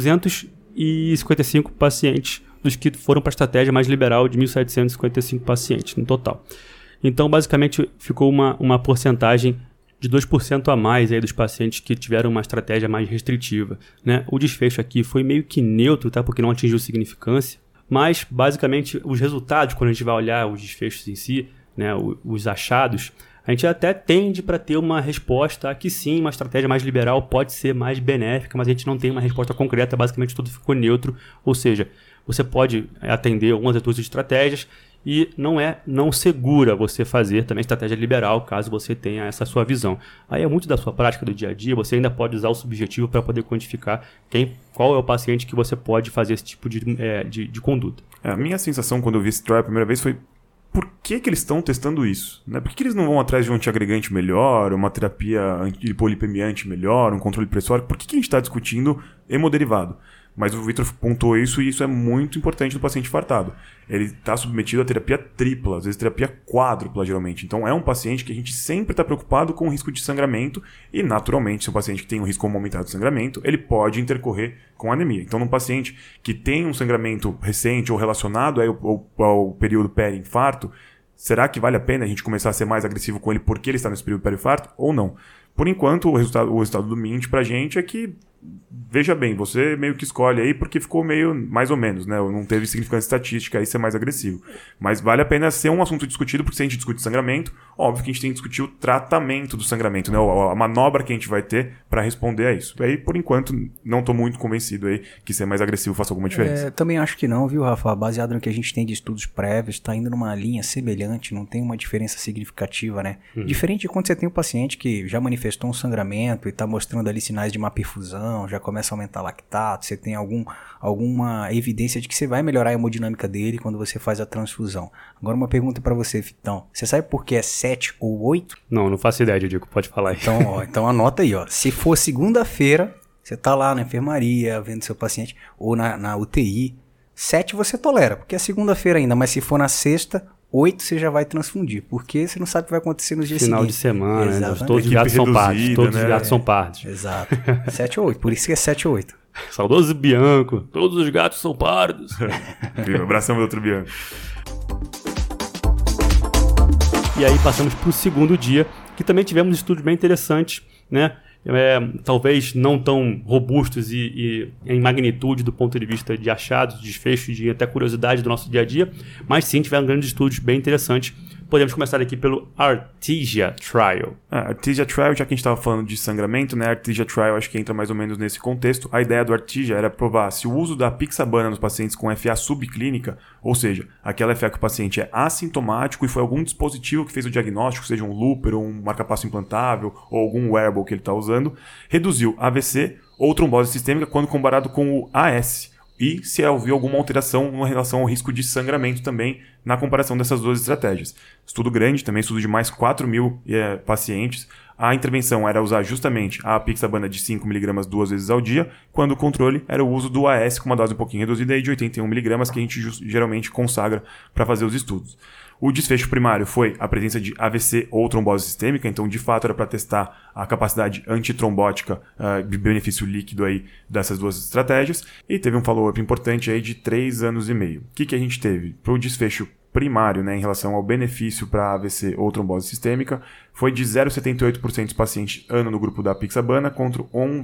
255 pacientes dos que foram para a estratégia mais liberal, de 1.755 pacientes no total. Então, basicamente, ficou uma porcentagem de 2% a mais aí dos pacientes que tiveram uma estratégia mais restritiva, né? O desfecho aqui foi meio que neutro, tá? Porque não atingiu significância, mas basicamente os resultados, quando a gente vai olhar os desfechos em si, né, os achados, a gente até tende para ter uma resposta que sim, uma estratégia mais liberal pode ser mais benéfica, mas a gente não tem uma resposta concreta, basicamente tudo ficou neutro, ou seja, você pode atender algumas das suas estratégias e não segura você fazer também estratégia liberal, caso você tenha essa sua visão. Aí é muito da sua prática do dia a dia, você ainda pode usar o subjetivo para poder quantificar qual é o paciente que você pode fazer esse tipo de conduta. A minha sensação quando eu vi esse trial a primeira vez foi: por que eles estão testando isso? Né? Por que eles não vão atrás de um antiagregante melhor, uma terapia hipolipemiante melhor, um controle pressórico? Por que a gente está discutindo hemoderivado? Mas o Vitor pontuou isso, e isso é muito importante no paciente infartado. Ele está submetido a terapia tripla, às vezes terapia quádrupla, geralmente. Então é um paciente que a gente sempre está preocupado com o risco de sangramento, e naturalmente, se é um paciente que tem um risco aumentado de sangramento, ele pode intercorrer com anemia. Então, num paciente que tem um sangramento recente ou relacionado ao período peri-infarto, será que vale a pena a gente começar a ser mais agressivo com ele porque ele está nesse período peri-infarto ou não? Por enquanto, o resultado do MINT pra gente é que, veja bem, você meio que escolhe aí porque ficou meio mais ou menos, né? Não teve significância estatística aí ser mais agressivo. Mas vale a pena ser um assunto discutido, porque se a gente discute sangramento, óbvio que a gente tem que discutir o tratamento do sangramento, né? A manobra que a gente vai ter para responder a isso. Aí, por enquanto, não tô muito convencido aí que ser mais agressivo faça alguma diferença. Também acho que não, viu, Rafa? Baseado no que a gente tem de estudos prévios, tá indo numa linha semelhante, não tem uma diferença significativa, né? Diferente de quando você tem um paciente que já manifestou um sangramento e tá mostrando ali sinais de má perfusão, já começa a aumentar lactato, você tem alguma evidência de que você vai melhorar a hemodinâmica dele quando você faz a transfusão. Agora uma pergunta pra você, Fitão. Você sabe por que é 7 ou 8? Não faço ideia, Diego, pode falar aí. Então anota aí, ó. Se for segunda-feira, você tá lá na enfermaria vendo seu paciente, ou na UTI, 7 você tolera, porque é segunda-feira ainda, mas se for na sexta, 8 você já vai transfundir, porque você não sabe o que vai acontecer nos dias Final seguintes. de semana, né? Todos os Equipe gatos são pardos. reduzida, Todos né? os gatos são pardos. Exato. 7 ou 8, por isso que é 7 ou 8. Saudoso Bianco. Todos os gatos são pardos. Abração do outro Bianco. E aí passamos para o segundo dia, que também tivemos estudos bem interessantes, né? Talvez não tão robustos e em magnitude do ponto de vista de achados, desfechos, de até curiosidade do nosso dia a dia, mas sim tiveram grandes estudos bem interessantes. Podemos começar aqui pelo Artesia Trial. Artesia Trial, já que a gente estava falando de sangramento, né? Artesia Trial acho que entra mais ou menos nesse contexto. A ideia do Artesia era provar se o uso da pixabana nos pacientes com FA subclínica, ou seja, aquela FA que o paciente é assintomático e foi algum dispositivo que fez o diagnóstico, seja um looper ou um marcapasso implantável ou algum wearable que ele está usando, reduziu AVC ou trombose sistêmica quando comparado com o AS. E se havia alguma alteração em relação ao risco de sangramento também na comparação dessas duas estratégias. Estudo grande, também estudo de mais 4.000 pacientes. A intervenção era usar justamente a pixabana de 5mg 2 vezes ao dia, quando o controle era o uso do AS com uma dose um pouquinho reduzida aí de 81mg, que a gente geralmente consagra para fazer os estudos. O desfecho primário foi a presença de AVC ou trombose sistêmica, então de fato era para testar a capacidade antitrombótica de benefício líquido aí dessas duas estratégias, e teve um follow-up importante aí de 3 anos e meio. O que a gente teve? Para o desfecho primário, né, em relação ao benefício para AVC ou trombose sistêmica, foi de 0,78% dos pacientes ano no grupo da apixabana contra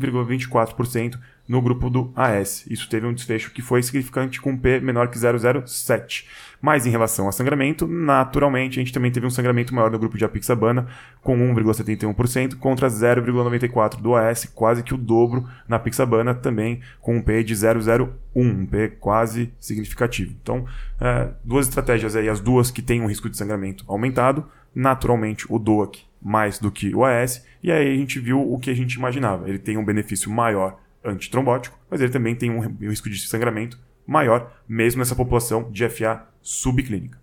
1,24% no grupo do AS. Isso teve um desfecho que foi significante com P menor que 0,07. Mas em relação a sangramento, naturalmente a gente também teve um sangramento maior no grupo de apixabana com 1,71% contra 0,94% do AS, quase que o dobro na apixabana também com um P de 0,01, um P quase significativo. Então, duas estratégias aí, as duas que têm um risco de sangramento aumentado, naturalmente o DOAC mais do que o AS, e aí a gente viu o que a gente imaginava. Ele tem um benefício maior antitrombótico, mas ele também tem um risco de sangramento maior, mesmo nessa população de FA subclínica.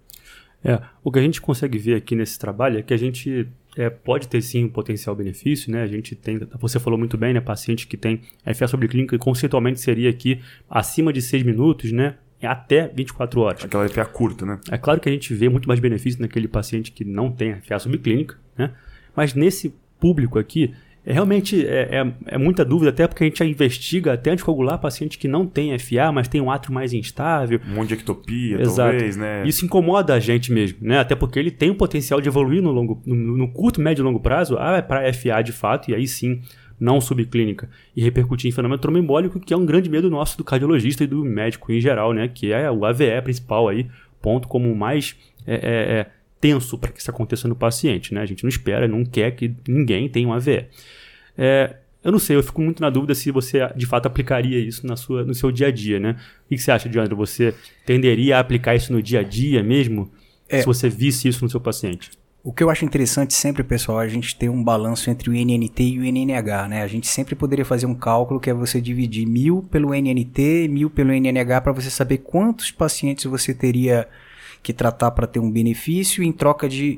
O que a gente consegue ver aqui nesse trabalho é que a gente pode ter sim um potencial benefício, né? A gente tem, você falou muito bem, né? Paciente que tem FA subclínica, conceitualmente seria aqui acima de 6 minutos, né? Até 24 horas. Aquela FA curta, né? É claro que a gente vê muito mais benefício naquele paciente que não tem FA subclínica, né? Mas nesse público aqui, realmente é muita dúvida, até porque a gente já investiga até anticoagular paciente que não tem FA, mas tem um átrio mais instável. Um monte de ectopia, Exato. Talvez, né? Isso incomoda a gente mesmo, né? Até porque ele tem o potencial de evoluir no curto, médio e longo prazo para FA de fato, e aí sim, não subclínica, e repercutir em fenômeno tromboembólico, que é um grande medo nosso do cardiologista e do médico em geral, né? Que é o AVE principal aí, ponto como mais tenso para que isso aconteça no paciente, né? A gente não espera, não quer que ninguém tenha um AVE. Eu não sei, eu fico muito na dúvida se você de fato aplicaria isso no seu dia a dia, né? O que você acha, Diandro? Você tenderia a aplicar isso no dia a dia mesmo? Se você visse isso no seu paciente? O que eu acho interessante sempre, pessoal, é a gente ter um balanço entre o NNT e o NNH, né? A gente sempre poderia fazer um cálculo que é você dividir 1000 pelo NNT e 1000 pelo NNH para você saber quantos pacientes você teria que tratar para ter um benefício em troca de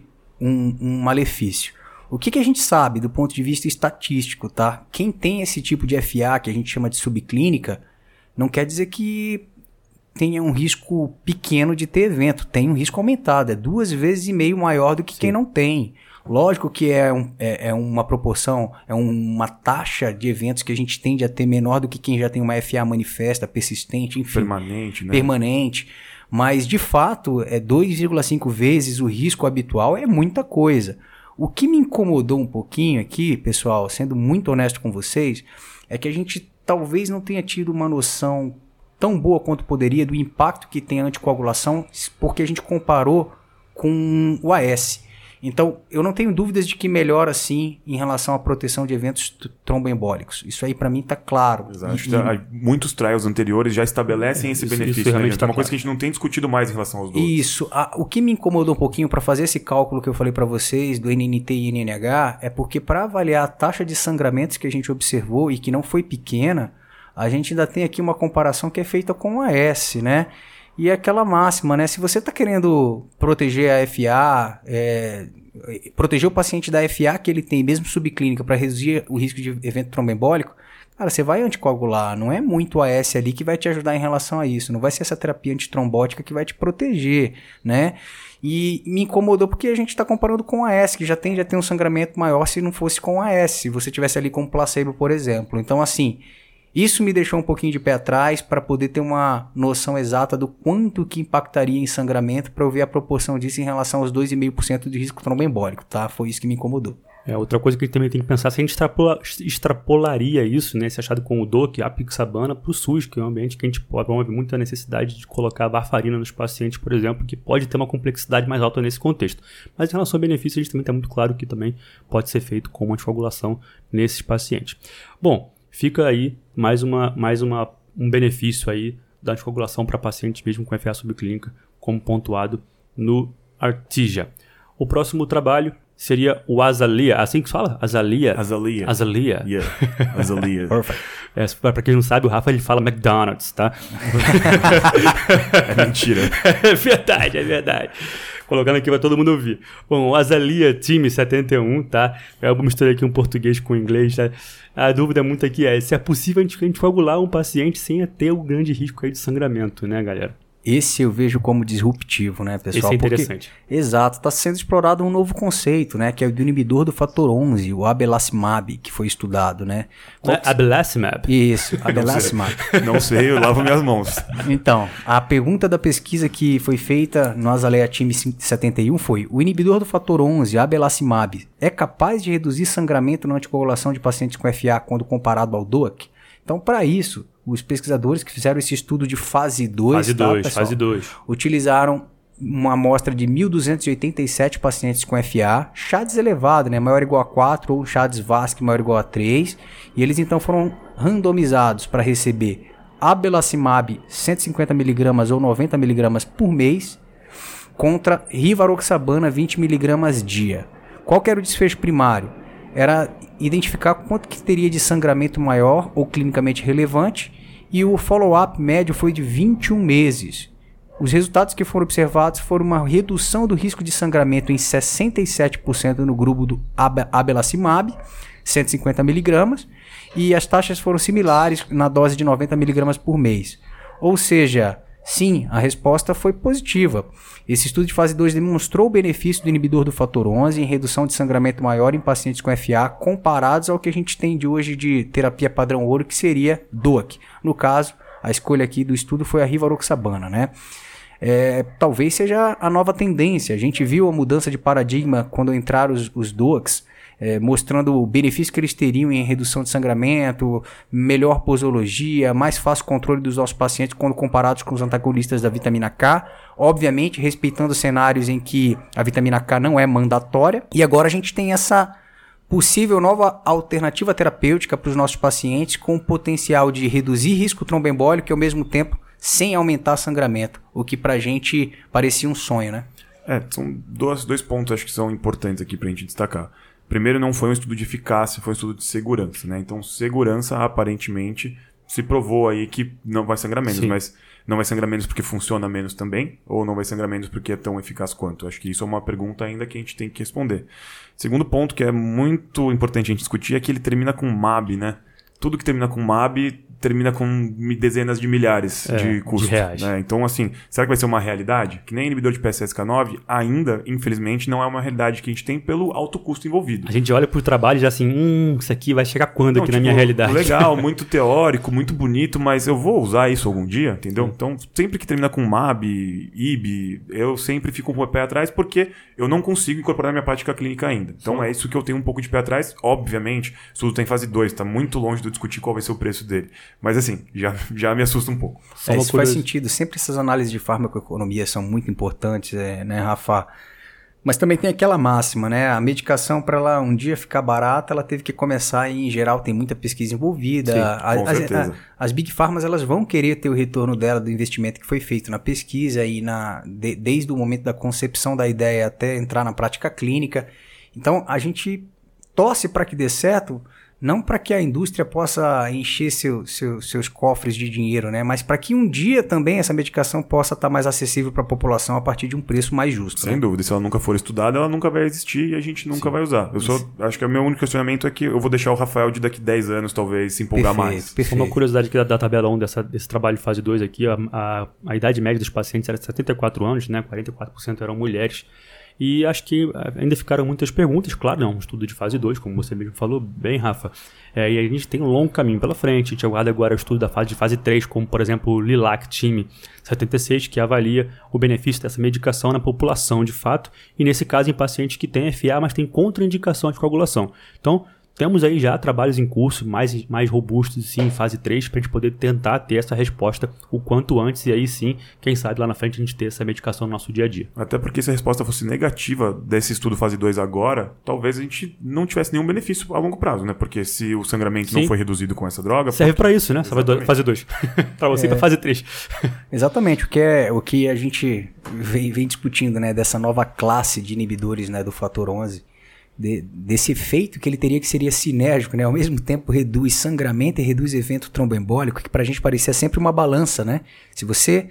um malefício. O que a gente sabe do ponto de vista estatístico, tá? Quem tem esse tipo de FA, que a gente chama de subclínica, não quer dizer que tenha um risco pequeno de ter evento, tem um risco aumentado, é 2,5 vezes maior do que quem não tem. Lógico que é uma proporção, é uma taxa de eventos que a gente tende a ter menor do que quem já tem uma FA manifesta, persistente, enfim. Permanente, né? Permanente. Mas, de fato, 2,5 vezes o risco habitual é muita coisa. O que me incomodou um pouquinho aqui, pessoal, sendo muito honesto com vocês, é que a gente talvez não tenha tido uma noção tão boa quanto poderia do impacto que tem a anticoagulação, porque a gente comparou com o AS. Então, eu não tenho dúvidas de que melhora sim em relação à proteção de eventos tromboembólicos. Isso aí para mim está claro. Exato. Muitos trials anteriores já estabelecem esse benefício. Isso né, é uma coisa que a gente não tem discutido mais em relação aos dois. Isso. O que me incomodou um pouquinho para fazer esse cálculo que eu falei para vocês do NNT e NNH é porque para avaliar a taxa de sangramentos que a gente observou e que não foi pequena, a gente ainda tem aqui uma comparação que é feita com o AS, né? E é aquela máxima, né? Se você está querendo proteger a FA, proteger o paciente da FA que ele tem, mesmo subclínica, para reduzir o risco de evento tromboembólico, cara, você vai anticoagular. Não é muito AS ali que vai te ajudar em relação a isso. Não vai ser essa terapia antitrombótica que vai te proteger, né? E me incomodou porque a gente está comparando com o AS, que já tende a ter um sangramento maior se não fosse com o AS, se você tivesse ali com placebo, por exemplo. Então, assim, isso me deixou um pouquinho de pé atrás para poder ter uma noção exata do quanto que impactaria em sangramento para eu ver a proporção disso em relação aos 2,5% de risco tromboembólico, tá? Foi isso que me incomodou. Outra coisa que a gente também tem que pensar, se a gente extrapolaria isso, né, esse achado com o DOAC, a apixabana, para o SUS, que é um ambiente que a gente promove muita necessidade de colocar varfarina nos pacientes, por exemplo, que pode ter uma complexidade mais alta nesse contexto. Mas em relação ao benefício, a gente também está muito claro que também pode ser feito como anticoagulação nesses pacientes. Bom, fica aí mais um benefício aí da anticoagulação para pacientes mesmo com FA subclínica, como pontuado no Artesia. O próximo trabalho seria o Azalea. Assim que se fala? Azalea. Yeah. Azalea. Perfect. Para quem não sabe, o Rafa ele fala McDonald's, tá? É mentira. É verdade. Colocando aqui para todo mundo ouvir. Bom, o Azalea Team 71, tá? Eu misturei aqui um português com inglês, tá? A dúvida muito aqui é se é possível a gente coagular um paciente sem ter o grande risco aí de sangramento, né, galera? Esse eu vejo como disruptivo, né, pessoal? Esse é interessante. Exato, está sendo explorado um novo conceito, né, que é o do inibidor do fator 11, o abelacimab, que foi estudado, né? Abelacimab. Isso, abelacimab. Não sei, eu lavo minhas mãos. Então, a pergunta da pesquisa que foi feita no Azalea Team 71 foi: o inibidor do fator 11, abelacimab, é capaz de reduzir sangramento na anticoagulação de pacientes com FA quando comparado ao DOAC? Então, para isso, os pesquisadores que fizeram esse estudo de fase 2, fase 2, utilizaram uma amostra de 1.287 pacientes com FA, CHADS elevado, né, maior ou igual a 4, ou CHADS VASC maior ou igual a 3, e eles então foram randomizados para receber abelacimab 150mg ou 90mg por mês, contra rivaroxabana 20mg dia. Qual que era o desfecho primário? Era identificar quanto que teria de sangramento maior ou clinicamente relevante, e o follow-up médio foi de 21 meses. Os resultados que foram observados foram uma redução do risco de sangramento em 67% no grupo do abelacimab, 150mg, e as taxas foram similares na dose de 90mg por mês. Ou seja, sim, a resposta foi positiva. Esse estudo de fase 2 demonstrou o benefício do inibidor do fator 11 em redução de sangramento maior em pacientes com FA comparados ao que a gente tem de hoje de terapia padrão ouro, que seria DOAC. No caso, a escolha aqui do estudo foi a rivaroxabana, né? Talvez seja a nova tendência. A gente viu a mudança de paradigma quando entraram os DOACs, mostrando o benefício que eles teriam em redução de sangramento, melhor posologia, mais fácil controle dos nossos pacientes quando comparados com os antagonistas da vitamina K, obviamente respeitando cenários em que a vitamina K não é mandatória. E agora a gente tem essa possível nova alternativa terapêutica para os nossos pacientes, com o potencial de reduzir risco tromboembólico e ao mesmo tempo sem aumentar sangramento, o que pra gente parecia um sonho, né? São dois pontos acho que são importantes aqui pra gente destacar. Primeiro, não foi um estudo de eficácia, foi um estudo de segurança, né? Então, segurança, aparentemente, se provou aí que não vai sangrar menos, mas não vai sangrar menos porque funciona menos também, ou não vai sangrar menos porque é tão eficaz quanto? Acho que isso é uma pergunta ainda que a gente tem que responder. Segundo ponto, que é muito importante a gente discutir, é que ele termina com MAB, né? Tudo que termina com MAB termina com dezenas de milhares de custos. De reais. Né? Então, assim, será que vai ser uma realidade? Que nem inibidor de PCSK9 ainda, infelizmente, não é uma realidade que a gente tem pelo alto custo envolvido. A gente olha pro trabalho e já assim, isso aqui vai chegar quando aqui na minha realidade? Legal, muito teórico, muito bonito, mas eu vou usar isso algum dia, entendeu? Então, sempre que termina com MAB, IB, eu sempre fico com o pé atrás porque eu não consigo incorporar na minha prática clínica ainda. Então, é isso que eu tenho um pouco de pé atrás. Obviamente, o estudo está em fase 2, está muito longe de eu discutir qual vai ser o preço dele. Mas assim, já me assusta um pouco. Isso faz sentido. Sempre essas análises de farmacoeconomia são muito importantes, né, Rafa? Mas também tem aquela máxima, né? A medicação, para ela um dia ficar barata, ela teve que começar e, em geral, tem muita pesquisa envolvida. Sim, com certeza. As Big Pharmas, elas vão querer ter o retorno dela do investimento que foi feito na pesquisa e desde o momento da concepção da ideia até entrar na prática clínica. Então, a gente torce para que dê certo, não para que a indústria possa encher seus cofres de dinheiro, né? Mas para que um dia também essa medicação possa estar mais acessível para a população a partir de um preço mais justo. Sem dúvida. Se ela nunca for estudada, ela nunca vai existir e a gente nunca vai usar. Acho que o meu único questionamento é que eu vou deixar o Rafael de daqui 10 anos, talvez, se empolgar mais. Perfeito. Uma curiosidade aqui da tabela 1 desse trabalho de fase 2 aqui, a idade média dos pacientes era de 74 anos, né? 44% eram mulheres. E acho que ainda ficaram muitas perguntas, claro, não, um estudo de fase 2, como você mesmo falou bem, Rafa. E a gente tem um longo caminho pela frente, a gente aguarda agora o estudo de fase 3, como por exemplo o LILAC Team 76, que avalia o benefício dessa medicação na população de fato, e nesse caso em pacientes que têm FA, mas têm contraindicação de coagulação. Então, temos aí já trabalhos em curso mais robustos sim, em fase 3, para a gente poder tentar ter essa resposta o quanto antes, e aí sim, quem sabe lá na frente a gente ter essa medicação no nosso dia a dia. Até porque se a resposta fosse negativa desse estudo fase 2 agora, talvez a gente não tivesse nenhum benefício a longo prazo, né? Porque se o sangramento não foi reduzido com essa droga... Serve para isso, né? Fase 2. Para você para fase 3. Exatamente, o que a gente vem discutindo, né? Dessa nova classe de inibidores, né? Do fator 11. Desse efeito que ele teria, que seria sinérgico, né? Ao mesmo tempo reduz sangramento e reduz evento tromboembólico, que pra gente parecia sempre uma balança, né? Se você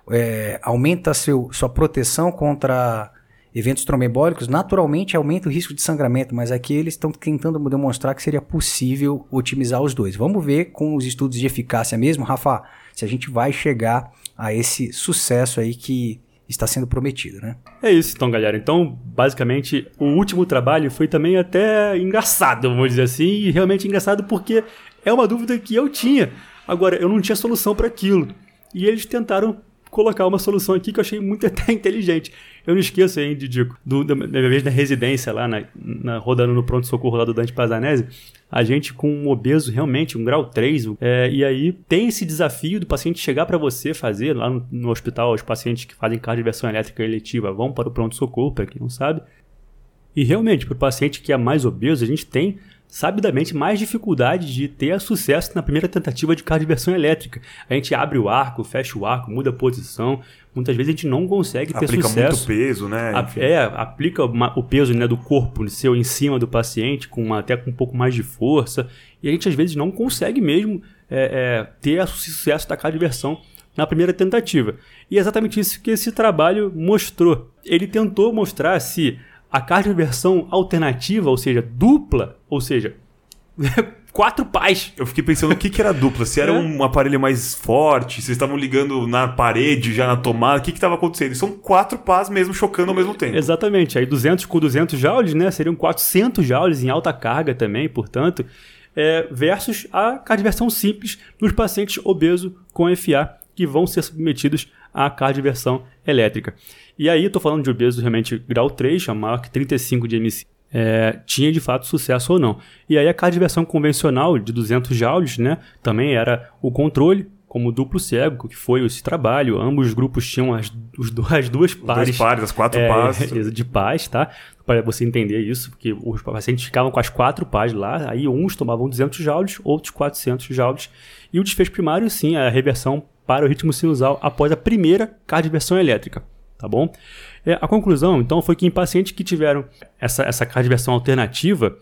aumenta sua proteção contra eventos tromboembólicos, naturalmente aumenta o risco de sangramento, mas aqui eles estão tentando demonstrar que seria possível otimizar os dois. Vamos ver com os estudos de eficácia mesmo, Rafa, se a gente vai chegar a esse sucesso aí que está sendo prometido, né? É isso então, galera. Então, basicamente, o último trabalho foi também até engraçado, vamos dizer assim, e realmente engraçado porque é uma dúvida que eu tinha. Agora, eu não tinha solução para aquilo. E eles tentaram colocar uma solução aqui que eu achei muito até inteligente. Eu não esqueço aí, Didico, da minha vez na residência lá, rodando no pronto-socorro lá do Dante Pazanese, a gente com um obeso realmente, um grau 3, e aí tem esse desafio do paciente chegar para você fazer, lá no hospital, os pacientes que fazem cardioversão elétrica eletiva vão para o pronto-socorro, para quem não sabe, e realmente, para o paciente que é mais obeso, a gente tem sabidamente mais dificuldade de ter sucesso na primeira tentativa de cardioversão elétrica. A gente abre o arco, fecha o arco, muda a posição. Muitas vezes a gente não consegue ter sucesso. Aplica muito peso, né? Aplica o peso, né, do corpo seu em cima do paciente, até com um pouco mais de força. E a gente às vezes não consegue mesmo ter o sucesso da cardioversão na primeira tentativa. E é exatamente isso que esse trabalho mostrou. Ele tentou mostrar se a cardioversão alternativa, ou seja, dupla, ou seja, 4 pás. Eu fiquei pensando o que era dupla, se era um aparelho mais forte, se vocês estavam ligando na parede, já na tomada, o que estava acontecendo? São 4 pás mesmo chocando ao mesmo tempo. Exatamente, aí 200 com 200 joules, né, seriam 400 joules em alta carga também, portanto, versus a cardioversão simples nos pacientes obesos com FA, que vão ser submetidos à cardioversão elétrica. E aí, estou falando de obesos realmente grau 3, a maior que 35 de MC, tinha de fato sucesso ou não. E aí a cardioversão convencional de 200 joules, né, também era o controle, como duplo cego, que foi esse trabalho. Ambos os grupos tinham as duas pares. As 4 pás. De pás, tá? Para você entender isso, porque os pacientes ficavam com as 4 pás lá, aí uns tomavam 200 joules, outros 400 joules. E o desfecho primário, sim, é a reversão para o ritmo sinusal após a primeira cardioversão elétrica. Tá bom? A conclusão, então, foi que em pacientes que tiveram essa cardioversão alternativa,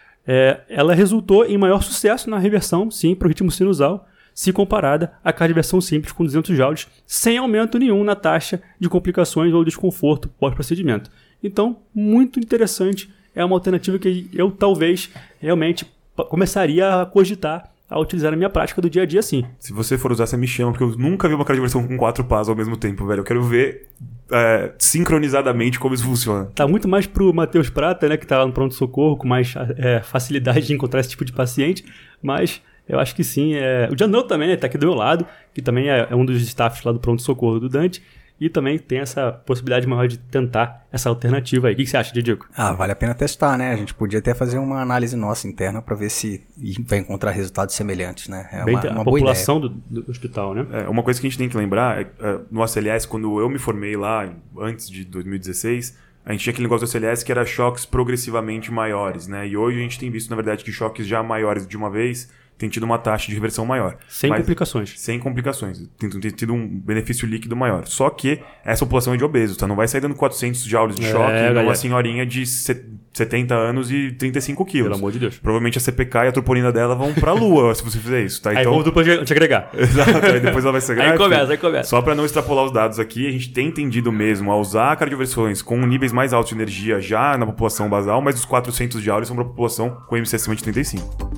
ela resultou em maior sucesso na reversão, sim, para o ritmo sinusal, se comparada à cardioversão simples com 200 joules, sem aumento nenhum na taxa de complicações ou desconforto pós-procedimento. Então, muito interessante, é uma alternativa que eu talvez realmente começaria a cogitar a utilizar na minha prática do dia a dia, sim. Se você for usar, você me chama, porque eu nunca vi uma cardioversão com 4 pás ao mesmo tempo, velho. Eu quero ver sincronizadamente como isso funciona. Tá muito mais pro Matheus Prata, né, que tá lá no pronto-socorro, com mais facilidade de encontrar esse tipo de paciente, mas eu acho que sim. O Janão também, né, tá aqui do meu lado, que também é um dos staffs lá do pronto-socorro do Dante, e também tem essa possibilidade maior de tentar essa alternativa aí. O que você acha, Didico? Vale a pena testar, né? A gente podia até fazer uma análise nossa interna para ver se vai encontrar resultados semelhantes, né? É uma população do hospital, né? Uma coisa que a gente tem que lembrar, no ACLS, quando eu me formei lá, antes de 2016, a gente tinha aquele negócio do ACLS que era choques progressivamente maiores, né? E hoje a gente tem visto, na verdade, que choques já maiores de uma vez tem tido uma taxa de reversão maior. Sem complicações. Sem complicações. Tem tido um benefício líquido maior. Só que essa população é de obesos, tá? Não vai sair dando 400 joules de choque numa senhorinha de 70 anos e 35 quilos. Pelo amor de Deus. Provavelmente a CPK e a troponina dela vão pra lua se você fizer isso, tá? Aí vamos depois te agregar. Exato, aí depois ela vai se agregar. Aí começa. Só pra não extrapolar os dados aqui, a gente tem tendido mesmo a usar cardioversões com níveis mais altos de energia já na população basal, mas os 400 joules são pra população com MC acima de 35.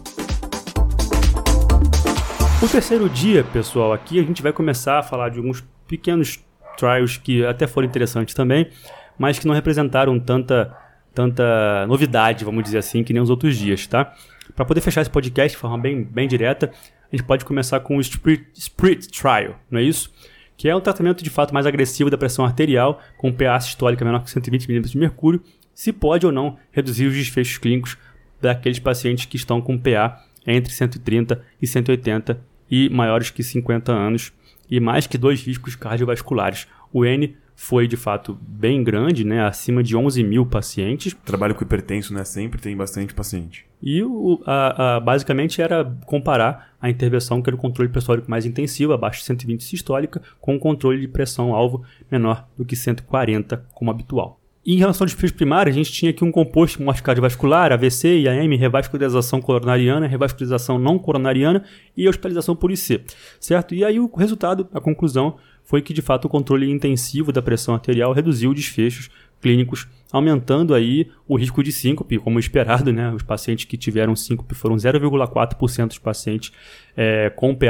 O terceiro dia, pessoal, aqui a gente vai começar a falar de alguns pequenos trials que até foram interessantes também, mas que não representaram tanta novidade, vamos dizer assim, que nem os outros dias, tá? Para poder fechar esse podcast de forma bem direta, a gente pode começar com o Spirit Trial, não é isso? Que é um tratamento de fato mais agressivo da pressão arterial, com PA sistólica menor que 120 mm de mercúrio, se pode ou não reduzir os desfechos clínicos daqueles pacientes que estão com PA entre 130 e 180 e maiores que 50 anos e mais que 2 riscos cardiovasculares. O N foi de fato bem grande, né? Acima de 11 mil pacientes. Trabalho com hipertenso, né? Sempre tem bastante paciente. E basicamente era comparar a intervenção, que era o controle pressórico mais intensivo, abaixo de 120 sistólica, com o controle de pressão-alvo menor do que 140, como habitual. E em relação aos desfechos primários, a gente tinha aqui um composto morte cardiovascular, AVC, IAM, revascularização coronariana, revascularização não coronariana e hospitalização por IC, certo? E aí o resultado, a conclusão, foi que de fato o controle intensivo da pressão arterial reduziu desfechos clínicos, aumentando aí o risco de síncope, como esperado, né? Os pacientes que tiveram síncope foram 0,4% dos pacientes com PA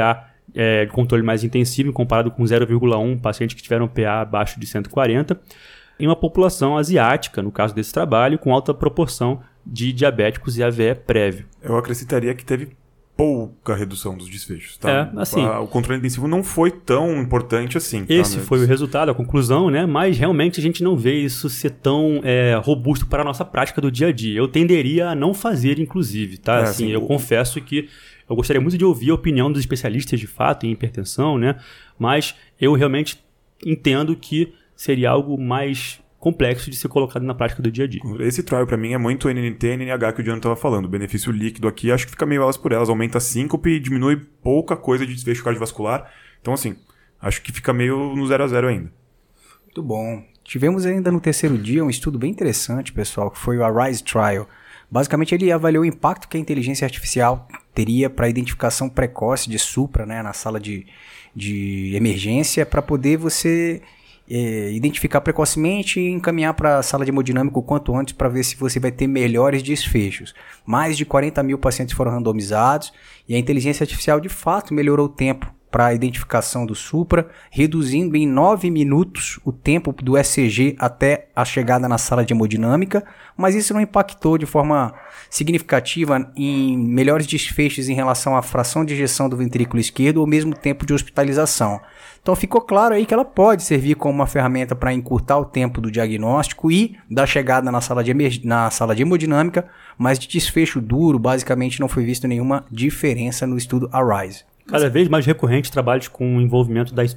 de controle mais intensivo, comparado com 0,1 pacientes que tiveram PA abaixo de 140, em uma população asiática, no caso desse trabalho, com alta proporção de diabéticos e AVE prévio. Eu acrescentaria que teve pouca redução dos desfechos. Tá? O controle intensivo não foi tão importante assim. Esse foi o resultado, a conclusão, né? Mas realmente a gente não vê isso ser tão robusto para a nossa prática do dia a dia. Eu tenderia a não fazer, inclusive. Tá? Eu confesso que eu gostaria muito de ouvir a opinião dos especialistas de fato em hipertensão, né? Mas eu realmente entendo que seria algo mais complexo de ser colocado na prática do dia a dia. Esse trial para mim é muito NNT e NNH que o Diano estava falando. O benefício líquido aqui acho que fica meio elas por elas, aumenta a síncope e diminui pouca coisa de desfecho cardiovascular. Então assim, acho que fica meio no 0 a 0 ainda. Muito bom. Tivemos ainda no terceiro dia um estudo bem interessante, pessoal, que foi o ARISE Trial. Basicamente ele avaliou o impacto que a inteligência artificial teria para a identificação precoce de supra, né, na sala de emergência, para poder você identificar precocemente e encaminhar para a sala de hemodinâmica o quanto antes para ver se você vai ter melhores desfechos. Mais de 40 mil pacientes foram randomizados e a inteligência artificial de fato melhorou o tempo para a identificação do supra, reduzindo em 9 minutos o tempo do ECG até a chegada na sala de hemodinâmica, mas isso não impactou de forma significativa em melhores desfechos em relação à fração de ejeção do ventrículo esquerdo ou mesmo tempo de hospitalização. Então ficou claro aí que ela pode servir como uma ferramenta para encurtar o tempo do diagnóstico e da chegada na sala de hemodinâmica, mas de desfecho duro, basicamente não foi visto nenhuma diferença no estudo ARISE. Cada vez mais recorrentes trabalhos com o envolvimento da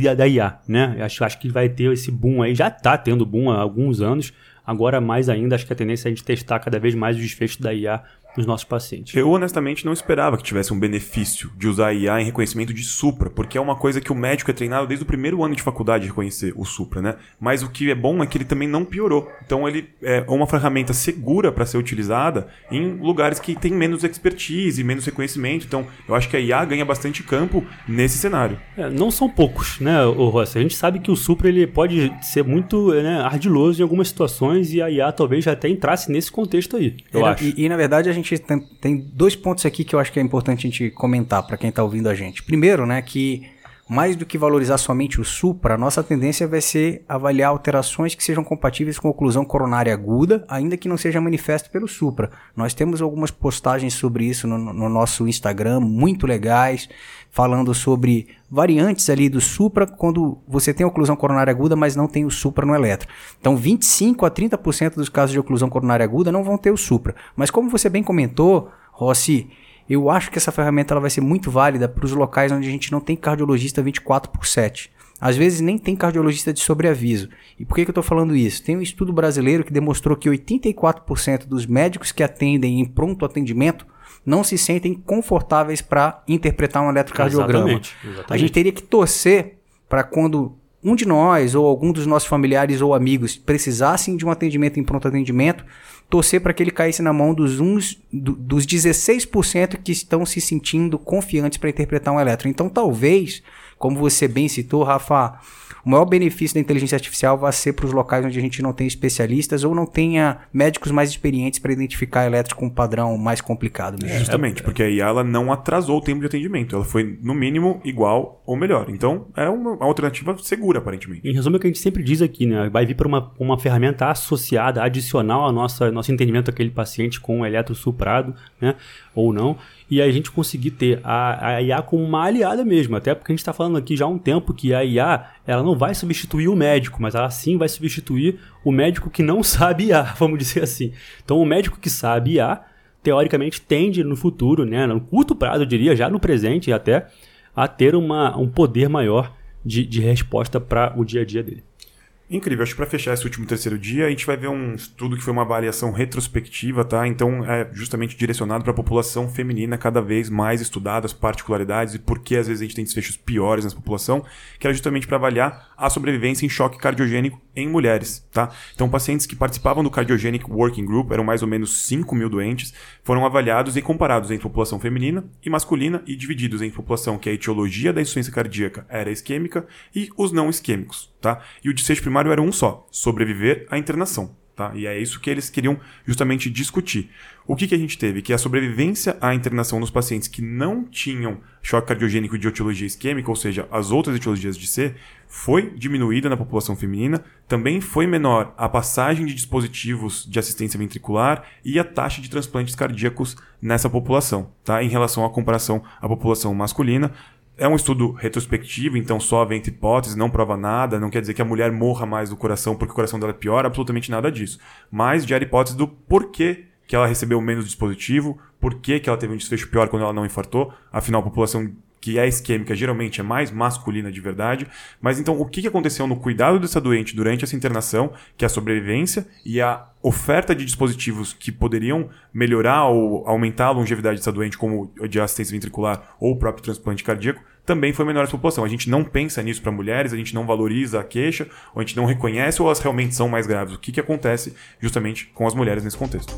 IA, né? Acho que vai ter esse boom aí, já está tendo boom há alguns anos, agora mais ainda, acho que a tendência é a gente testar cada vez mais os desfechos da IA nos nossos pacientes. Eu honestamente não esperava que tivesse um benefício de usar a IA em reconhecimento de supra, porque é uma coisa que o médico é treinado desde o primeiro ano de faculdade de reconhecer o supra, né? Mas o que é bom é que ele também não piorou. Então ele é uma ferramenta segura para ser utilizada em lugares que tem menos expertise e menos reconhecimento. Então eu acho que a IA ganha bastante campo nesse cenário. Não são poucos, né, Rossi? A gente sabe que o supra ele pode ser muito ardiloso em algumas situações e a IA talvez já até entrasse nesse contexto aí, eu acho. E na verdade a gente tem dois pontos aqui que eu acho que é importante a gente comentar para quem está ouvindo a gente. Primeiro, né, que mais do que valorizar somente o supra, a nossa tendência vai ser avaliar alterações que sejam compatíveis com oclusão coronária aguda, ainda que não seja manifesto pelo supra. Nós temos algumas postagens sobre isso no nosso Instagram, muito legais, falando sobre variantes ali do supra quando você tem oclusão coronária aguda, mas não tem o supra no eletro. Então 25 a 30% dos casos de oclusão coronária aguda não vão ter o supra. Mas como você bem comentou, Rossi, eu acho que essa ferramenta ela vai ser muito válida para os locais onde a gente não tem cardiologista 24/7. Às vezes nem tem cardiologista de sobreaviso. E por que eu estou falando isso? Tem um estudo brasileiro que demonstrou que 84% dos médicos que atendem em pronto atendimento não se sentem confortáveis para interpretar um eletrocardiograma. Exatamente. A gente teria que torcer para quando um de nós ou algum dos nossos familiares ou amigos precisassem de um atendimento em pronto atendimento, torcer para que ele caísse na mão dos 16% que estão se sentindo confiantes para interpretar um eletro. Então, talvez, como você bem citou, Rafa, o maior benefício da inteligência artificial vai ser para os locais onde a gente não tem especialistas ou não tenha médicos mais experientes para identificar eletros com um padrão mais complicado mesmo. Justamente, porque a IA ela não atrasou o tempo de atendimento. Ela foi, no mínimo, igual ou melhor. Então, é uma alternativa segura, aparentemente. Em resumo, é o que a gente sempre diz aqui, né? Vai vir para uma ferramenta associada, adicional ao nosso entendimento daquele paciente com o eletro suprado, né? Ou não. E a gente conseguir ter a IA como uma aliada mesmo. Até porque a gente está falando aqui já há um tempo que a IA ela não vai substituir o médico, mas ela sim vai substituir o médico que não sabe IA, vamos dizer assim. Então o médico que sabe IA, teoricamente tende no futuro, né, no curto prazo eu diria, já no presente até, a ter um poder maior de resposta para o dia a dia dele. Incrível, acho que para fechar esse último terceiro dia, a gente vai ver um estudo que foi uma avaliação retrospectiva, tá? Então é justamente direcionado para a população feminina, cada vez mais estudada, as particularidades e por que às vezes a gente tem desfechos piores nessa população, que era justamente para avaliar a sobrevivência em choque cardiogênico em mulheres, tá? Então pacientes que participavam do Cardiogenic Working Group, eram mais ou menos 5 mil doentes, foram avaliados e comparados entre população feminina e masculina e divididos em população que a etiologia da insuficiência cardíaca era isquêmica e os não isquêmicos, tá? E o desfecho primário era um só, sobreviver à internação. Tá? E é isso que eles queriam justamente discutir. O que a gente teve? Que a sobrevivência à internação nos pacientes que não tinham choque cardiogênico de etiologia isquêmica, ou seja, as outras etiologias de C, foi diminuída na população feminina, também foi menor a passagem de dispositivos de assistência ventricular e a taxa de transplantes cardíacos nessa população, tá? Em relação à comparação à população masculina. É um estudo retrospectivo, então só havendo hipótese, não prova nada, não quer dizer que a mulher morra mais do coração porque o coração dela é pior, absolutamente nada disso. Mas gera hipótese do porquê que ela recebeu menos dispositivo, porquê que ela teve um desfecho pior quando ela não infartou, afinal a população que é isquêmica geralmente é mais masculina de verdade. Mas então o que aconteceu no cuidado dessa doente durante essa internação, que é a sobrevivência e a oferta de dispositivos que poderiam melhorar ou aumentar a longevidade dessa doente, como o de assistência ventricular ou o próprio transplante cardíaco, também foi menor essa população. A gente não pensa nisso para mulheres, a gente não valoriza a queixa, ou a gente não reconhece ou elas realmente são mais graves. O que acontece justamente com as mulheres nesse contexto?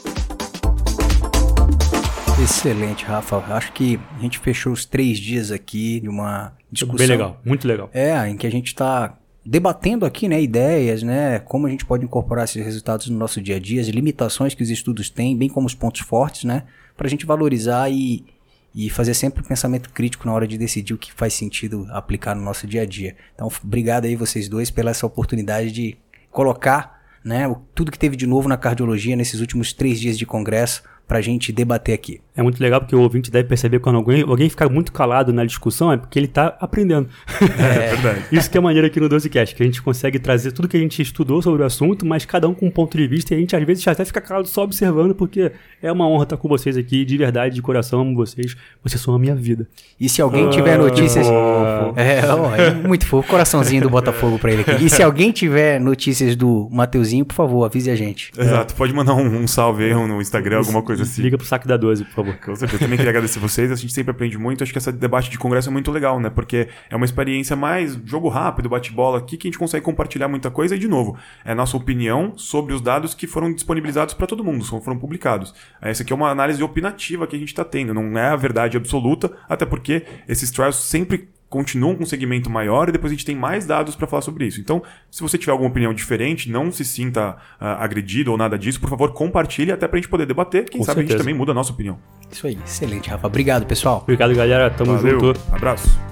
Excelente, Rafa. Acho que a gente fechou os 3 dias aqui de uma discussão. Bem legal, muito legal. Em que a gente está debatendo aqui, né, ideias, né, como a gente pode incorporar esses resultados no nosso dia a dia, as limitações que os estudos têm, bem como os pontos fortes, né, para a gente valorizar e fazer sempre um pensamento crítico na hora de decidir o que faz sentido aplicar no nosso dia a dia. Então, obrigado aí vocês dois pela essa oportunidade de colocar, né, tudo que teve de novo na cardiologia nesses últimos 3 dias de congresso pra gente debater aqui. É muito legal porque o ouvinte deve perceber quando alguém fica muito calado na discussão, é porque ele tá aprendendo. É verdade. Isso que é maneiro aqui no Dosecast, que a gente consegue trazer tudo que a gente estudou sobre o assunto, mas cada um com um ponto de vista, e a gente às vezes já até fica calado só observando, porque é uma honra estar com vocês aqui, de verdade, de coração, amo vocês são a minha vida. E se alguém tiver notícias... É muito fofo, coraçãozinho do Botafogo pra ele aqui. E se alguém tiver notícias do Mateuzinho, por favor, avise a gente. Exato, pode mandar um salve aí no Instagram, alguma coisa assim. Liga pro saque da 12, por favor. Com certeza. Eu também queria agradecer vocês. A gente sempre aprende muito. Acho que esse debate de congresso é muito legal, né? Porque é uma experiência mais jogo rápido, bate-bola aqui, que a gente consegue compartilhar muita coisa. E, de novo, é a nossa opinião sobre os dados que foram disponibilizados para todo mundo, foram publicados. Essa aqui é uma análise opinativa que a gente está tendo. Não é a verdade absoluta, até porque esses trials sempre continuam com um segmento maior e depois a gente tem mais dados para falar sobre isso. Então, se você tiver alguma opinião diferente, não se sinta agredido ou nada disso, por favor, compartilhe até pra gente poder debater. Quem sabe certeza. A gente também muda a nossa opinião. Isso aí, excelente, Rafa. Obrigado, pessoal. Obrigado, galera. Tamo Valeu. junto. Abraço.